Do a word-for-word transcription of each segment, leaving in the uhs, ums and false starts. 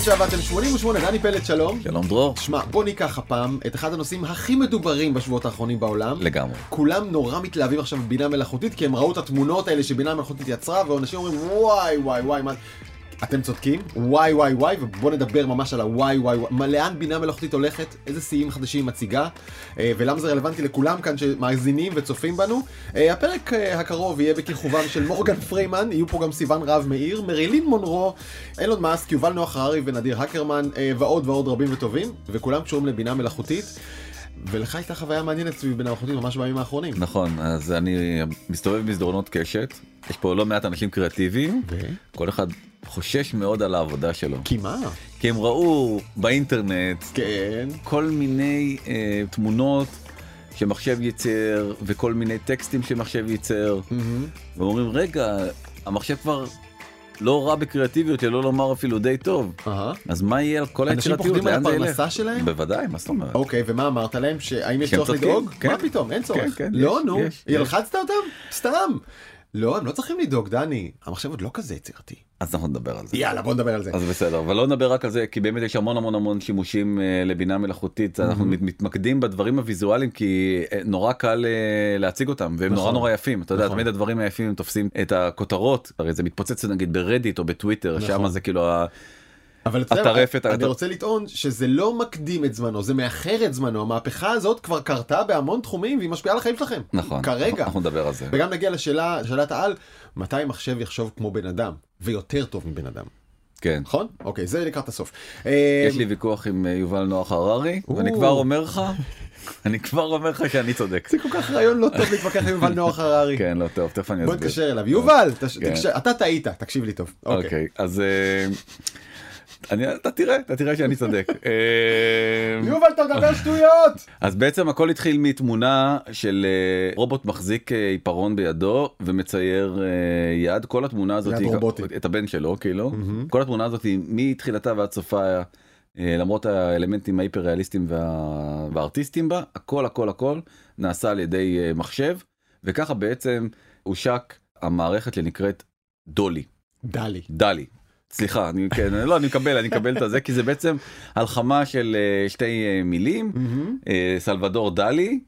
שעבדתם שמונים ושמונה, דני פלד, שלום. שלום דרור. תשמע, בוא ניקח הפעם את אחד הנושאים הכי מדוברים בשבועות האחרונים בעולם. לגמרי. כולם נורא מתלהבים עכשיו בבינה מלאכותית, כי הם ראו את התמונות האלה שבינה מלאכותית יצרה, ואנשים אומרים וואי וואי וואי, מה... אתם צודקים, וואי וואי וואי, ובוא נדבר ממש על הוואי וואי וואי, מה, לאן בינה מלאכותית הולכת, איזה שיאים חדשים היא מציגה, ולמה זה רלוונטי לכולם כאן שמאזינים וצופים בנו. הפרק הקרוב יהיה בכיכובם של מורגן פרימן, יהיו פה גם סיוון רהב מאיר, מרילין מונרו, אילון מאסק, יובל נוח הררי ונדיר הקרמן, ועוד ועוד רבים וטובים, וכולם קשורים לבינה מלאכותית. ולך הייתה חוויה מעניינת סביב בינה מלאכותית ממש בימים האחרונים. נכון, אז אני מסתובב במסדרונות קשת, יש פה לא מעט אנשים קריאטיביים, כל אחד חושש מאוד על העבודה שלו. כי מה? כי הם ראו באינטרנט כן. כל מיני אה, תמונות שמחשב ייצר, וכל מיני טקסטים שמחשב ייצר, mm-hmm. ואומרים, רגע, המחשב כבר לא רע בקריאטיביות, שלא לומר אפילו די טוב. Uh-huh. אז מה יהיה על כל היצירתיות? אנשים פוחדים על הפרנסה שלהם? בוודאי, מה זאת אומרת? אוקיי, ומה אמרת להם? האם יש צורך לדאוג? כן. מה פתאום? אין צורך. כן, כן, לא, יש, נו. יש, ילחצת אותם? סתם. לא, הם לא צריכים לדאוג, דני. המחשב עוד לא כזה יצירתי. אז אנחנו נדבר על זה. יאללה, בוא נדבר על זה. אז בסדר, אבל לא נדבר רק על זה, כי באמת יש המון המון המון שימושים uh, לבינה מלאכותית. אנחנו מתמקדים בדברים הוויזואליים, כי נורא קל uh, להציג אותם, והם נורא נורא יפים. אתה יודע, תמיד הדברים היפים הם תופסים את הכותרות, הרי זה מתפוצץ נגיד ברדיט או בטוויטר, שם זה כאילו ה... אבל הטרפת, אני רוצה לטעון שזה לא מקדים את זמנו, זה מאחר את זמנו. המהפכה הזאת כבר קרתה בהמון תחומים, והיא משפיעה על החיים שלכם. נכון. כרגע. אנחנו נדבר על זה. וגם נגיע לשאלה, שאלת העל, מתי מחשב יחשוב כמו בן אדם, ויותר טוב מבן אדם. כן. נכון? אוקיי, זה לקראת הסוף. יש לי ויכוח עם יובל נוח הררי, ואני כבר אומר לך, אני כבר אומר לך שאני צודק. זה כל כך רעיון לא טוב להתווכח עם יובל נוח הררי. כן, לא טוב, תכף אני אסביר. בוא נתקשר אליו. יובל, אתה טעית, תקשיב לי טוב. אוקיי, אז... אני, אתה תראה, אתה תראה שאני צודק. יובל, אתה מדבר שטויות! אז בעצם הכל התחיל מתמונה של רובוט מחזיק עיפרון בידו ומצייר יד. כל התמונה הזאת, את הבן שלו, כאילו. כל התמונה הזאת היא מתחילתה ועד סופה, למרות האלמנטים ההיפר-ריאליסטיים והארטיסטיים בה, הכל הכל הכל נעשה על ידי מחשב, וככה בעצם הושק המערכת שנקראת דולי. דלי. דלי. סליחה, אני, כן, לא, אני מקבל, אני מקבל את זה, כי זה בעצם הלחמה של uh, שתי uh, מילים, mm-hmm. uh, סלבדור דלי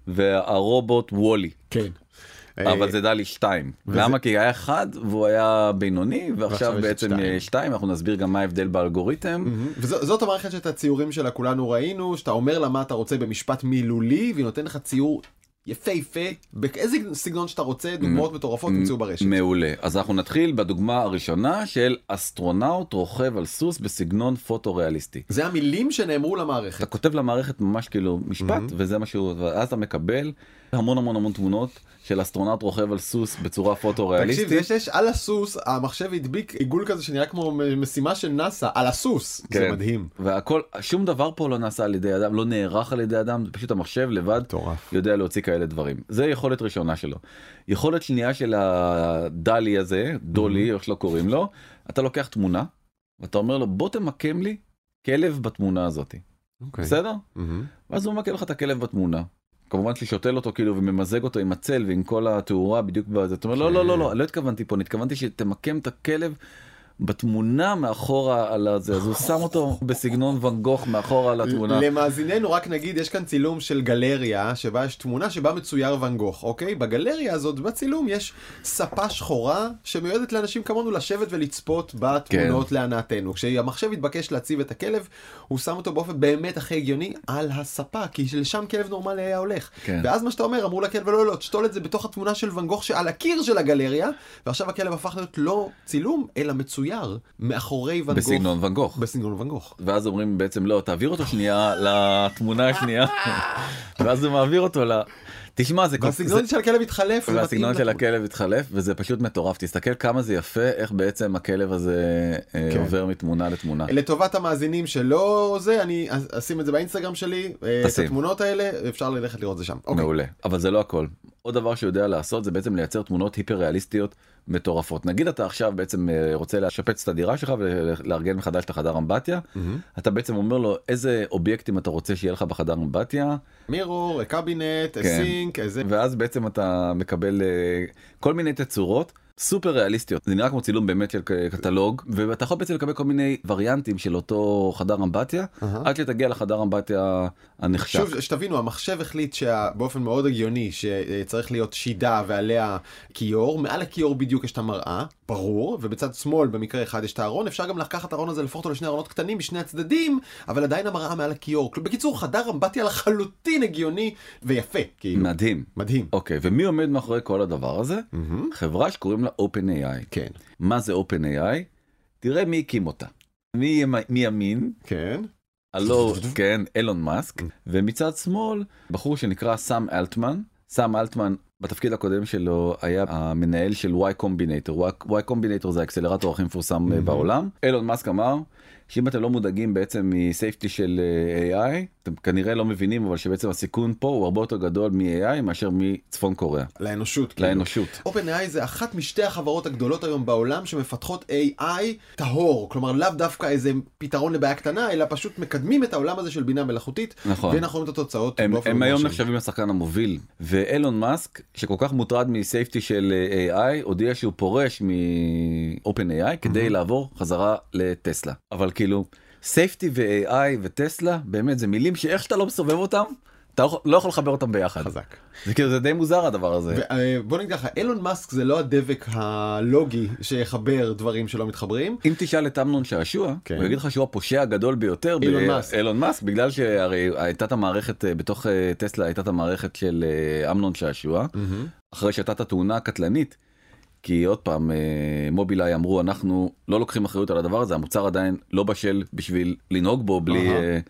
והרובוט וולי. כן. אבל זה דלי שתיים. וזה... למה? כי היה אחד והוא היה בינוני, ועכשיו בעצם שתיים. שתיים, אנחנו נסביר גם מה ההבדל באלגוריתם. Mm-hmm. וזאת המערכת שאת הציורים שלה כולנו ראינו, שאתה אומר לה מה אתה רוצה במשפט מילולי, והיא נותן לך ציור יפה יפה, באיזה סגנון שאתה רוצה, דוגמאות מטורפות נמצאו ברשת. מעולה. אז אנחנו נתחיל בדוגמה הראשונה של אסטרונאוט רוכב על סוס בסגנון פוטו-ריאליסטי. זה המילים שנאמרו למערכת. אתה כותב למערכת ממש כאילו משפט, וזה משהו, ואז אתה מקבל המון המון המון תמונות של אסטרונאוט רוכב על סוס בצורה פוטו-ריאליסטית. תקשיב, יש, יש על הסוס, המחשב הדביק עיגול כזה שנראה כמו משימה של נאסא, על הסוס. כן. זה מדהים. והכל, שום דבר פה לא נעשה על ידי אדם, לא נערך על ידי אדם, זה פשוט המחשב לבד טורף. יודע להוציא כאלה דברים. זה יכולת ראשונה שלו. יכולת שנייה של הדלי הזה, דולי, איך שלא קוראים לו, אתה לוקח תמונה, ואתה אומר לו, בוא תמקם לי כלב בתמונה הזאת. Okay. בסדר? Mm-hmm. ואז הוא מקם לך את הכלב בתמונה. כמובן ששוטל אותו כאילו וממזג אותו עם הצל ועם כל התאורה בדיוק בזה. אתה אומר, לא, לא, לא, לא, לא התכוונתי פה, התכוונתי שתמקם את הכלב בתמונה מאחורה על הזה, אז הוא שם אותו בסגנון ון גוך מאחורה על התמונה. למאזיננו רק נגיד, יש כאן צילום של גלריה, שבה יש תמונה שבה מצויר ון גוך, אוקיי? בגלריה הזאת, בצילום, יש ספה שחורה שמיועדת לאנשים כמונו לשבת ולצפות בתמונות כן. להנאתנו. כשהמחשב התבקש להציב את הכלב, הוא שם אותו באופן באמת הכי הגיוני על הספה, כי לשם כלב נורמלי היה הולך. כן. ואז מה שאתה אומר, אמרו לכלב, לא, לא, תשתול את זה בתוך התמונה של ון גוך שעל הקיר של הגלריה, ועכשיו הכלב הפך להיות לא צילום, אלא מצויר. מאחורי ון גוך. בסגנון ון גוך. בסגנון ון גוך. ואז אומרים בעצם לא, תעביר אותו שנייה לתמונה השנייה. ואז הוא מעביר אותו ל... תשמע, זה... והסגנון של הכלב התחלף. והסגנון של הכלב התחלף, וזה פשוט מטורף. תסתכל כמה זה יפה, איך בעצם הכלב הזה עובר מתמונה לתמונה. לטובת המאזינים שלא זה, אני אשים את זה באינסטגרם שלי, את התמונות האלה, אפשר ללכת לראות זה שם. מעולה. אבל זה לא הכל. עוד דבר שיודע לעשות זה בעצם לייצר תמונות היפר-ריאליסטיות מטורפות. נגיד אתה עכשיו בעצם רוצה לשפץ את הדירה שלך ולארגן מחדש את החדר אמבטיה, אתה בעצם אומר לו איזה אובייקטים אתה רוצה שיהיה לך בחדר אמבטיה. מירור, קבינט, סינק, איזה... ואז בעצם אתה מקבל כל מיני תצורות סופר ריאליסטיות. זה נראה כמו צילום באמת של קטלוג, ואתה יכול בעצם לקבל כל מיני וריאנטים של אותו חדר אמבטיה, עד שתגיע לחדר אמבטיה הנחשק. שוב, שתבינו, המחשב החליט שבאופן מאוד הגיוני שצריך להיות שידה ועליה כיור, מעל הכיור בדיוק יש את המראה, ברור, ובצד שמאל במקרה אחד יש את הארון, אפשר גם לקחת את הארון הזה, לפחות לשני ארונות קטנים בשני הצדדים, אבל עדיין המראה מעל הכיור. בקיצור, חדר אמבטיה לחלוטין הגיוני ויפה. כאילו. מדהים. מדהים. אוקיי, ומי עומד מאחורי כל הדבר הזה? Mm-hmm. חברה שקוראים לה OpenAI. כן. מה זה OpenAI? תראה מי הקים אותה. מי ימין? כן. הלו, כן, אילון מאסק. ומצד שמאל, בחור שנקרא סאם אלטמן. סאם אלטמן, בתפקיד הקודם שלו, היה המנהל של Y Combinator. Y Combinator זה האקסלרטור הכי מפורסם mm-hmm. בעולם. אילון מאסק אמר, שאם אתם לא מודאגים בעצם מסייפטי של איי איי, אתם כנראה לא מבינים, אבל שבעצם הסיכון פה הוא הרבה יותר גדול מ-איי איי מאשר מצפון קוריאה. לאנושות. לאנושות. OpenAI זה אחת משתי החברות הגדולות היום בעולם שמפתחות איי איי טהור, כלומר לאו דווקא איזה פתרון לבעיה קטנה, אלא פשוט מקדמים את העולם הזה של בינה מלאכותית, נכון. ואנחנו רואים את התוצאות. הם, הם היום נחשבים לשחקן המוביל, ואילון מאסק, שכל כך מוטרד מסייפטי של איי איי, הודיע שהוא פורש מ-OpenAI כדי mm-hmm. לעבור חזרה לטסלה. אבל כאילו, סייפטי ו-איי איי וטסלה, באמת, זה מילים שאיך שאתה לא מסובב אותם, אתה לא יכול לחבר אותם ביחד. חזק. זה כאילו, זה די מוזר הדבר הזה. בוא נגיד ככה, אילון מאסק זה לא הדבק הלוגי שיחבר דברים שלא מתחברים. אם תשאל את אמנון שעשוע, הוא יגיד לך שהוא הפושע הגדול ביותר באילון מאסק, בגלל שהרי הייתה את המערכת, בתוך טסלה הייתה את המערכת של אמנון שעשוע, אחרי שהייתה את התאונה הקטלנית, כי עוד פעם, מובילאיי אמרו, אנחנו לא לוקחים אחריות על הדבר הזה, המוצר עדיין לא בשל בשביל לנהוג בו, בלי...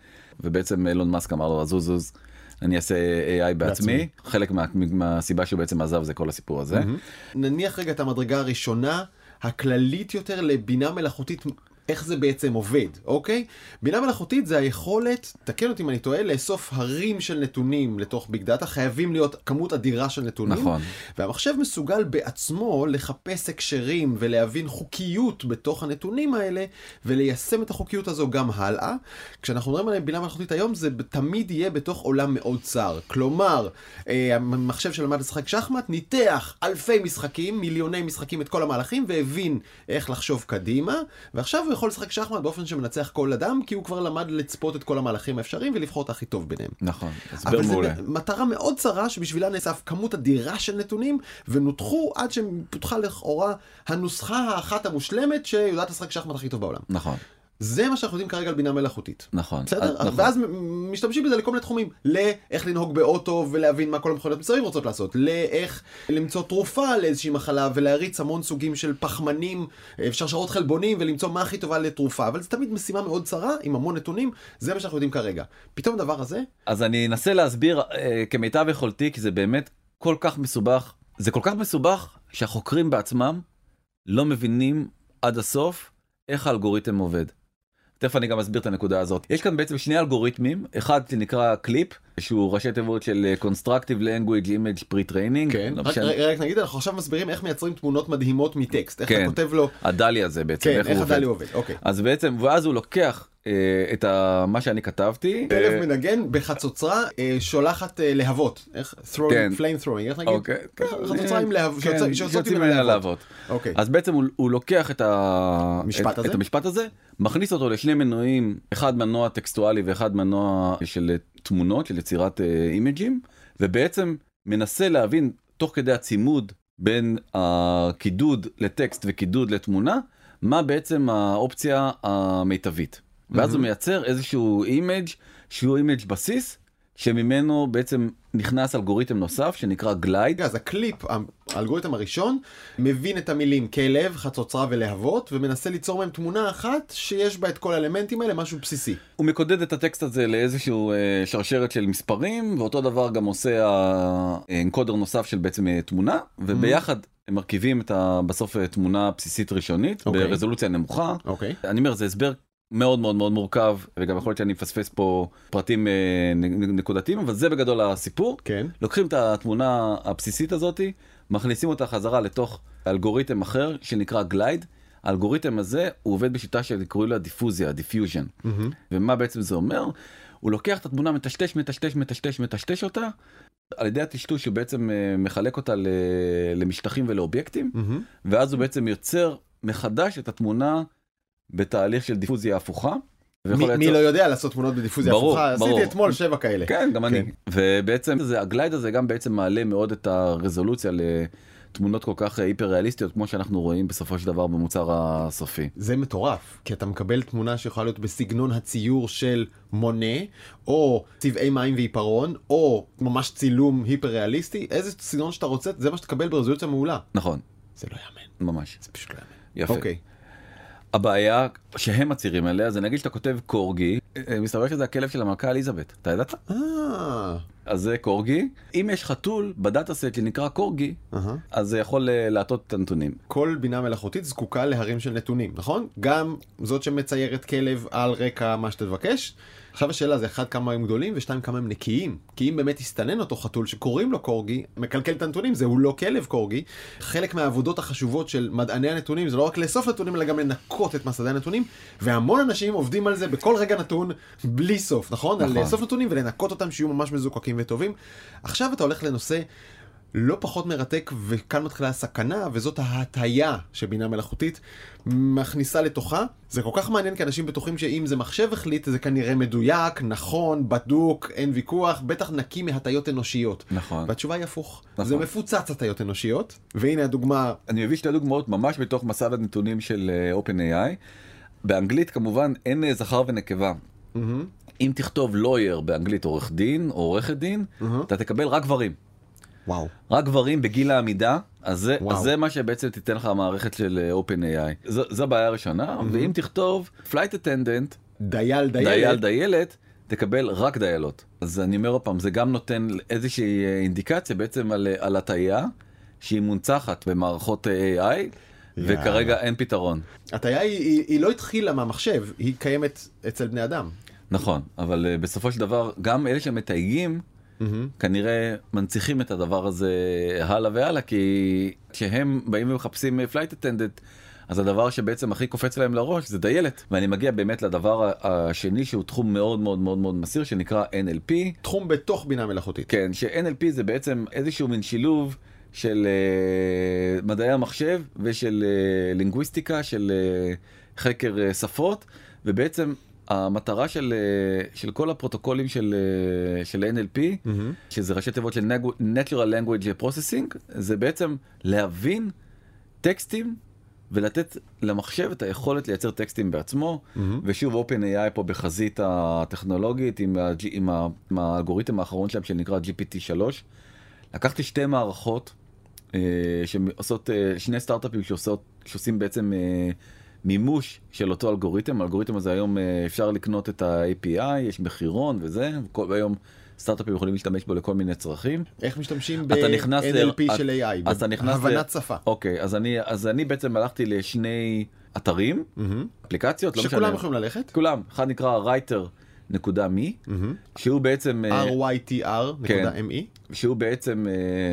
ובעצם אילון מאסק אמר לו, זוז זוז, אני אעשה איי איי בעצמי. חלק מהסיבה שהוא בעצם עזב זה כל הסיפור הזה. נניח רגע את המדרגה הראשונה, הכללית יותר לבינה מלאכותית, איך זה בעצם עובד, אוקיי? בינה מלאכותית זה היכולת, תקן אותי אם אני טועה, לאסוף הרים של נתונים לתוך ביג דאטה, חייבים להיות כמות אדירה של נתונים. נכון. והמחשב מסוגל בעצמו לחפש הקשרים ולהבין חוקיות בתוך הנתונים האלה, וליישם את החוקיות הזו גם הלאה. כשאנחנו מדברים על בינה מלאכותית היום, זה תמיד יהיה בתוך עולם מאוד צר. כלומר, המחשב שלמד לשחק שחמט, ניתח אלפי משחקים, מיליוני משחקים את כל המהלכים, והבין איך לחשוב קדימה, ועכשיו הוא יכול לשחק שחמט באופן שמנצח כל אדם, כי הוא כבר למד לצפות את כל המהלכים האפשריים ולבחור את הכי טוב ביניהם. נכון, אבל זו מטרה מאוד צרה שבשבילה נאסף כמות אדירה של נתונים, ונותחו עד שפותחה לכאורה הנוסחה האחת המושלמת שיודעת לשחק שחמט הכי טוב בעולם. נכון. זה מה שאנחנו יודעים כרגע על בינה מלאכותית. נכון. בסדר? נכון. ואז משתמשים בזה לכל מיני תחומים. לאיך לנהוג באוטו ולהבין מה כל המכוניות מסביב רוצות לעשות. לאיך למצוא תרופה לאיזושהי מחלה ולהריץ המון סוגים של פחמנים, שרשרות חלבונים ולמצוא מה הכי טובה לתרופה. אבל זה תמיד משימה מאוד צרה עם המון נתונים. זה מה שאנחנו יודעים כרגע. פתאום הדבר הזה... אז אני אנסה להסביר אה, כמיטב יכולתי, כי זה באמת כל כך מסובך. זה כל כך מסובך שהחוקרים בעצמם לא מבינים עד הסוף איך האלגוריתם עובד. תכף אני גם אסביר את הנקודה הזאת. יש כאן בעצם שני אלגוריתמים, אחד שנקרא קליפ, שהוא ראשי תיבות של Constructive Language Image Pre-Training. כן, רק, רק נגיד, אנחנו עכשיו מסבירים איך מייצרים תמונות מדהימות מטקסט, איך כן. אתה כותב לו... הדלי הזה בעצם, כן, איך, איך הוא הדלי עובד. עובד, אוקיי. אז בעצם, ואז הוא לוקח אה, את ה, מה שאני כתבתי. כלב אה... מנגן בחצוצרה אה, שולחת אה, להבות, איך? Throwing, כן. flame throwing, איך נגיד? אוקיי. חצוצרה עם להבות, כן, שיוצאות עם להבות. אוקיי. אז בעצם הוא, הוא לוקח את, ה... המשפט את, הזה? את המשפט הזה, מכניס אותו לשני מנועים, אחד מנוע טקסטואלי ואחד מנוע של תמונות, של יצירת אימג'ים, ובעצם מנסה להבין תוך כדי הצימוד בין הקידוד לטקסט וקידוד לתמונה, מה בעצם האופציה המיטבית. ואז הוא מייצר איזשהו אימג' שהוא אימג' בסיס, שממנו בעצם נכנס אלגוריתם נוסף שנקרא גלייד. אז הקליפ, האלגוריתם הראשון, מבין את המילים כלב, חצוצרה ולהבות, ומנסה ליצור מהם תמונה אחת שיש בה את כל האלמנטים האלה, משהו בסיסי. הוא מקודד את הטקסט הזה לאיזשהו שרשרת של מספרים, ואותו דבר גם עושה האנקודר נוסף של בעצם תמונה, וביחד הם מרכיבים את ה, בסוף תמונה בסיסית ראשונית, okay. ברזולוציה נמוכה. Okay. אני אומר, זה הסבר מאוד מאוד מאוד מורכב, וגם יכול להיות שאני מפספס פה פרטים נקודתיים, אבל זה בגדול הסיפור. כן. לוקחים את התמונה הבסיסית הזאת, מכניסים אותה חזרה לתוך אלגוריתם אחר שנקרא גלייד. האלגוריתם הזה הוא עובד בשיטה שקוראים לה דיפוזיה, דיפיוז'ן. Mm-hmm. ומה בעצם זה אומר? הוא לוקח את התמונה, מטשטש, מטשטש, מטשטש, מטשטש אותה, על ידי הטשטוש הוא בעצם מחלק אותה למשטחים ולאובייקטים, mm-hmm. ואז הוא בעצם יוצר מחדש את התמונה בתהליך של דיפוזיה הפוכה. מי, מי לא יודע לעשות תמונות בדיפוזיה ברור, הפוכה? ברור. עשיתי אתמול שבע כאלה. כן, גם כן. אני. ובעצם זה, הגלייד הזה גם בעצם מעלה מאוד את הרזולוציה לתמונות כל כך היפר ריאליסטיות, כמו שאנחנו רואים בסופו של דבר במוצר הסופי. זה מטורף, כי אתה מקבל תמונה שיכולה להיות בסגנון הציור של מונה, או צבעי מים ועיפרון, או ממש צילום היפר ריאליסטי, איזה סגנון שאתה רוצה, זה מה שתקבל ברזולוציה מעולה. נכון. זה לא יאמן. ממש. זה פשוט לא יאמן. יפה. אוקיי. הבעיה שהם מצירים עליה, זה נגיד שאתה כותב קורגי, מסתבר שזה הכלב של המלכה אליזבת. אתה ידעת? אה. אז זה קורגי. אם יש חתול בדאטה סט שנקרא קורגי, אז זה יכול להטות את הנתונים. כל בינה מלאכותית זקוקה להרים של נתונים, נכון? גם זאת שמציירת כלב על רקע מה שתבקש. עכשיו השאלה זה אחד כמה הם גדולים ושתיים כמה הם נקיים. כי אם באמת יסתנן אותו חתול שקוראים לו קורגי, מקלקל את הנתונים, זהו לא כלב קורגי. חלק מהעבודות החשובות של מדעני הנתונים זה לא רק לאסוף נתונים, אלא גם לנקות את מסדי הנתונים. והמון אנשים עובדים על זה בכל רגע נתון, בלי סוף, נכון? נכון. על לאסוף נתונים ולנקות אותם שיהיו ממש מזוקקים וטובים. עכשיו אתה הולך לנושא לא פחות מרתק, וכאן מתחילה הסכנה, וזאת ההטיה שבינה מלאכותית מכניסה לתוכה. זה כל כך מעניין, כי אנשים בטוחים שאם זה מחשב החליט, זה כנראה מדויק, נכון, בדוק, אין ויכוח, בטח נקי מהטיות אנושיות. נכון. והתשובה היא הפוך. נכון. זה מפוצץ הטיות אנושיות, והנה הדוגמה. אני מביא שתי דוגמאות ממש בתוך מסד הנתונים של OpenAI. באנגלית כמובן אין זכר ונקבה. Mm-hmm. אם תכתוב lawyer באנגלית עורך דין או עורכת דין, mm-hmm. אתה תקבל רק גברים. וואו. רק גברים בגיל העמידה, אז זה, אז זה מה שבעצם תיתן לך המערכת של OpenAI. זו, זו הבעיה הראשונה, mm-hmm. ואם תכתוב Flight Attendant, דייל דיילת, דייל דיילת, תקבל רק דיילות. אז אני אומר פעם, זה גם נותן איזושהי אינדיקציה בעצם על, על הטעיה, שהיא מונצחת במערכות A I, וכרגע אין פתרון. הטעיה היא, היא, היא לא התחילה מהמחשב, היא קיימת אצל בני אדם. נכון, אבל בסופו של דבר, גם אלה שמתייגים, Mm-hmm. כנראה מנציחים את הדבר הזה הלאה והלאה, כי כשהם באים ומחפשים פלייט אטנדנט, אז הדבר שבעצם הכי קופץ להם לראש זה דיילת. ואני מגיע באמת לדבר השני שהוא תחום מאוד מאוד מאוד מאוד מסיר, שנקרא N L P. תחום בתוך בינה מלאכותית. כן, ש-N L P זה בעצם איזשהו מין שילוב של uh, מדעי המחשב ושל uh, לינגוויסטיקה, של uh, חקר uh, שפות, ובעצם המטרה של, של כל הפרוטוקולים של, של N L P, mm-hmm. שזה ראשי תיבות של Natural Language Processing, זה בעצם להבין טקסטים ולתת למחשב את היכולת לייצר טקסטים בעצמו, mm-hmm. ושוב OpenAI פה בחזית הטכנולוגית עם, ה, עם, ה, עם האלגוריתם האחרון שלהם שנקרא G P T שלוש. לקחתי שתי מערכות אה, שעושות, אה, שני סטארט-אפים שעושות, שעושים בעצם אה, מימוש של אותו אלגוריתם. האלגוריתם הזה היום אפשר לקנות את ה-A P I, יש מחירון וזה, והיום סטארט-אפים יכולים להשתמש בו לכל מיני צרכים. איך משתמשים ב-N L P של A I? בהבנת שפה. אוקיי, אז אני, אז אני בעצם הלכתי לשני אתרים, אפליקציות. שכולם יכולים ללכת? כולם. אחד נקרא writer נקודה מי, שהוא בעצם R Y T R נקודה M E, שהוא בעצם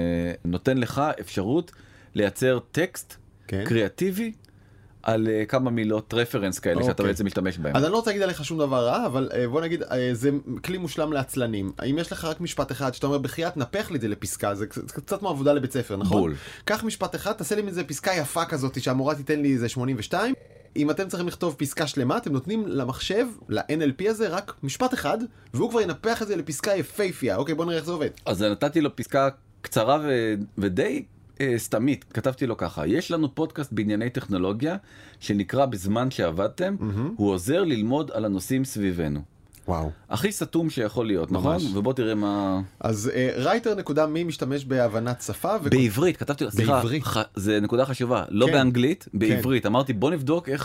נותן לך אפשרות לייצר טקסט קריאטיבי, על uh, כמה מילות רפרנס כאלה okay. שאתה בעצם משתמש בהם. אז אני לא רוצה להגיד עליך שום דבר רע, אבל uh, בוא נגיד, uh, זה כלי מושלם לעצלנים. אם יש לך רק משפט אחד שאתה אומר, בחייאת נפח לי את זה לפסקה, זה קצת מעבודה לבית ספר, נכון? בול. קח משפט אחד, תעשה לי מזה פסקה יפה כזאת, שהמורה תיתן לי איזה שמונים ושתיים. אם אתם צריכים לכתוב פסקה שלמה, אתם נותנים למחשב, ל-N L P הזה, רק משפט אחד, והוא כבר ינפח את זה לפסקה יפהפייה. אוקיי, בוא נראה איך זה עובד. אז נתתי לו פסקה קצרה ו... ודי סתמית, כתבתי לו ככה, יש לנו פודקאסט בענייני טכנולוגיה שנקרא בזמן שעבדתם, mm-hmm. הוא עוזר ללמוד על הנושאים סביבנו. וואו. הכי סתום שיכול להיות, ממש. נכון? ובוא תראה מה... אז writer נקודה מי משתמש בהבנת שפה. ו... בעברית, כתבתי לו, סליחה, ח... זה נקודה חשובה, לא כן. באנגלית, בעברית. כן. אמרתי בוא נבדוק איך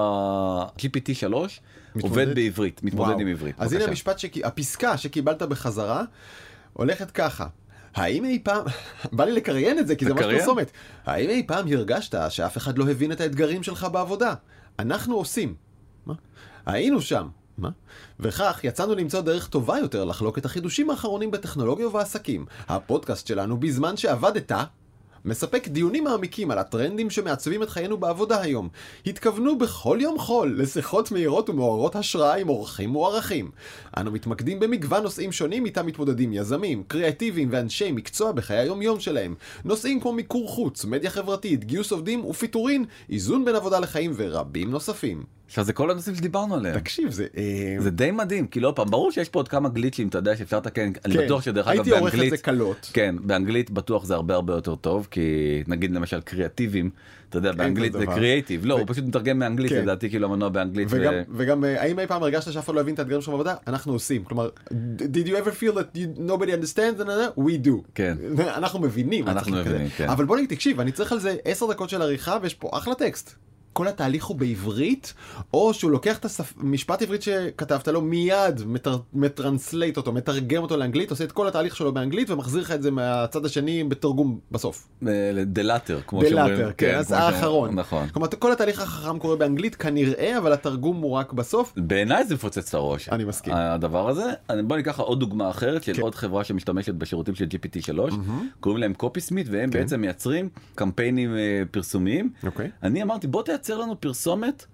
ה-G P T שלוש מתמודד... עובד בעברית, מתמודד וואו. עם עברית. אז הנה המשפט, שק... הפסקה שקיבלת בחזרה, הולכת ככה. האם אי פעם, בא לי לקריין את זה כי זה ממש פרסומת, האם אי פעם הרגשת שאף אחד לא הבין את האתגרים שלך בעבודה? אנחנו עושים. מה? היינו שם. מה? וכך יצאנו למצוא דרך טובה יותר לחלוק את החידושים האחרונים בטכנולוגיה ובעסקים. הפודקאסט שלנו בזמן שעבדת מספק דיונים מעמיקים על הטרנדים שמעצבים את חיינו בעבודה היום. התכוונו בכל יום חול לשיחות מהירות ומעוררות השראה עם אורחים מוערכים. אנו מתמקדים במגוון נושאים שונים איתם מתמודדים יזמים, קריאטיביים ואנשי מקצוע בחיי היום-יום שלהם. נושאים כמו מיקור חוץ, מדיה חברתית, גיוס עובדים ופיטורין, איזון בין עבודה לחיים ורבים נוספים. עכשיו זה כל הנושאים שדיברנו עליהם. תקשיב, זה... זה די מדהים, כי לא פעם, ברור שיש פה עוד כמה גליצ'ים, אתה יודע שאפשר לתקן, אני בטוח שדרך אגב הייתי עורך את זה קלות. כן, באנגלית בטוח זה הרבה הרבה יותר טוב, כי נגיד למשל קריאטיבים, אתה יודע, באנגלית זה קריאטיב, לא, הוא פשוט מתרגם מאנגלית, לדעתי כאילו המנוע באנגלית. וגם, האם אי פעם הרגשת שאף אחד לא הבין את האתגרים שלנו בעבודה? אנחנו עושים, כלומר, did you ever feel that nobody understands? We do. כן. אנחנו מבינים. אנחנו מבינים, כן. אבל בוא נגיד, תקשיב, אני צריך על זה עשר דקות של עריכה, ויש פה אחלה טקסט. כל התהליך הוא בעברית, או שהוא לוקח את המשפט עברית שכתבת לו מיד, מטרנסלייט אותו, מתרגם אותו לאנגלית, עושה את כל התהליך שלו באנגלית, ומחזיר לך את זה מהצד השני בתרגום בסוף. דלאטר, כמו שאומרים. דלאטר, כן, אז האחרון. נכון. כלומר, כל התהליך החכם קורה באנגלית כנראה, אבל התרגום הוא רק בסוף. בעיניי זה מפוצץ את הראש. אני מסכים. הדבר הזה, בוא ניקח עוד דוגמה אחרת, של עוד חברה שמשתמשת בשירותים של ג'י פי טי שלוש, קוראים להם קופיסמית, והם בעצם מייצרים קמפיינים פרסומיים. אני אמרתי, בוא תייצר לנו פרסומת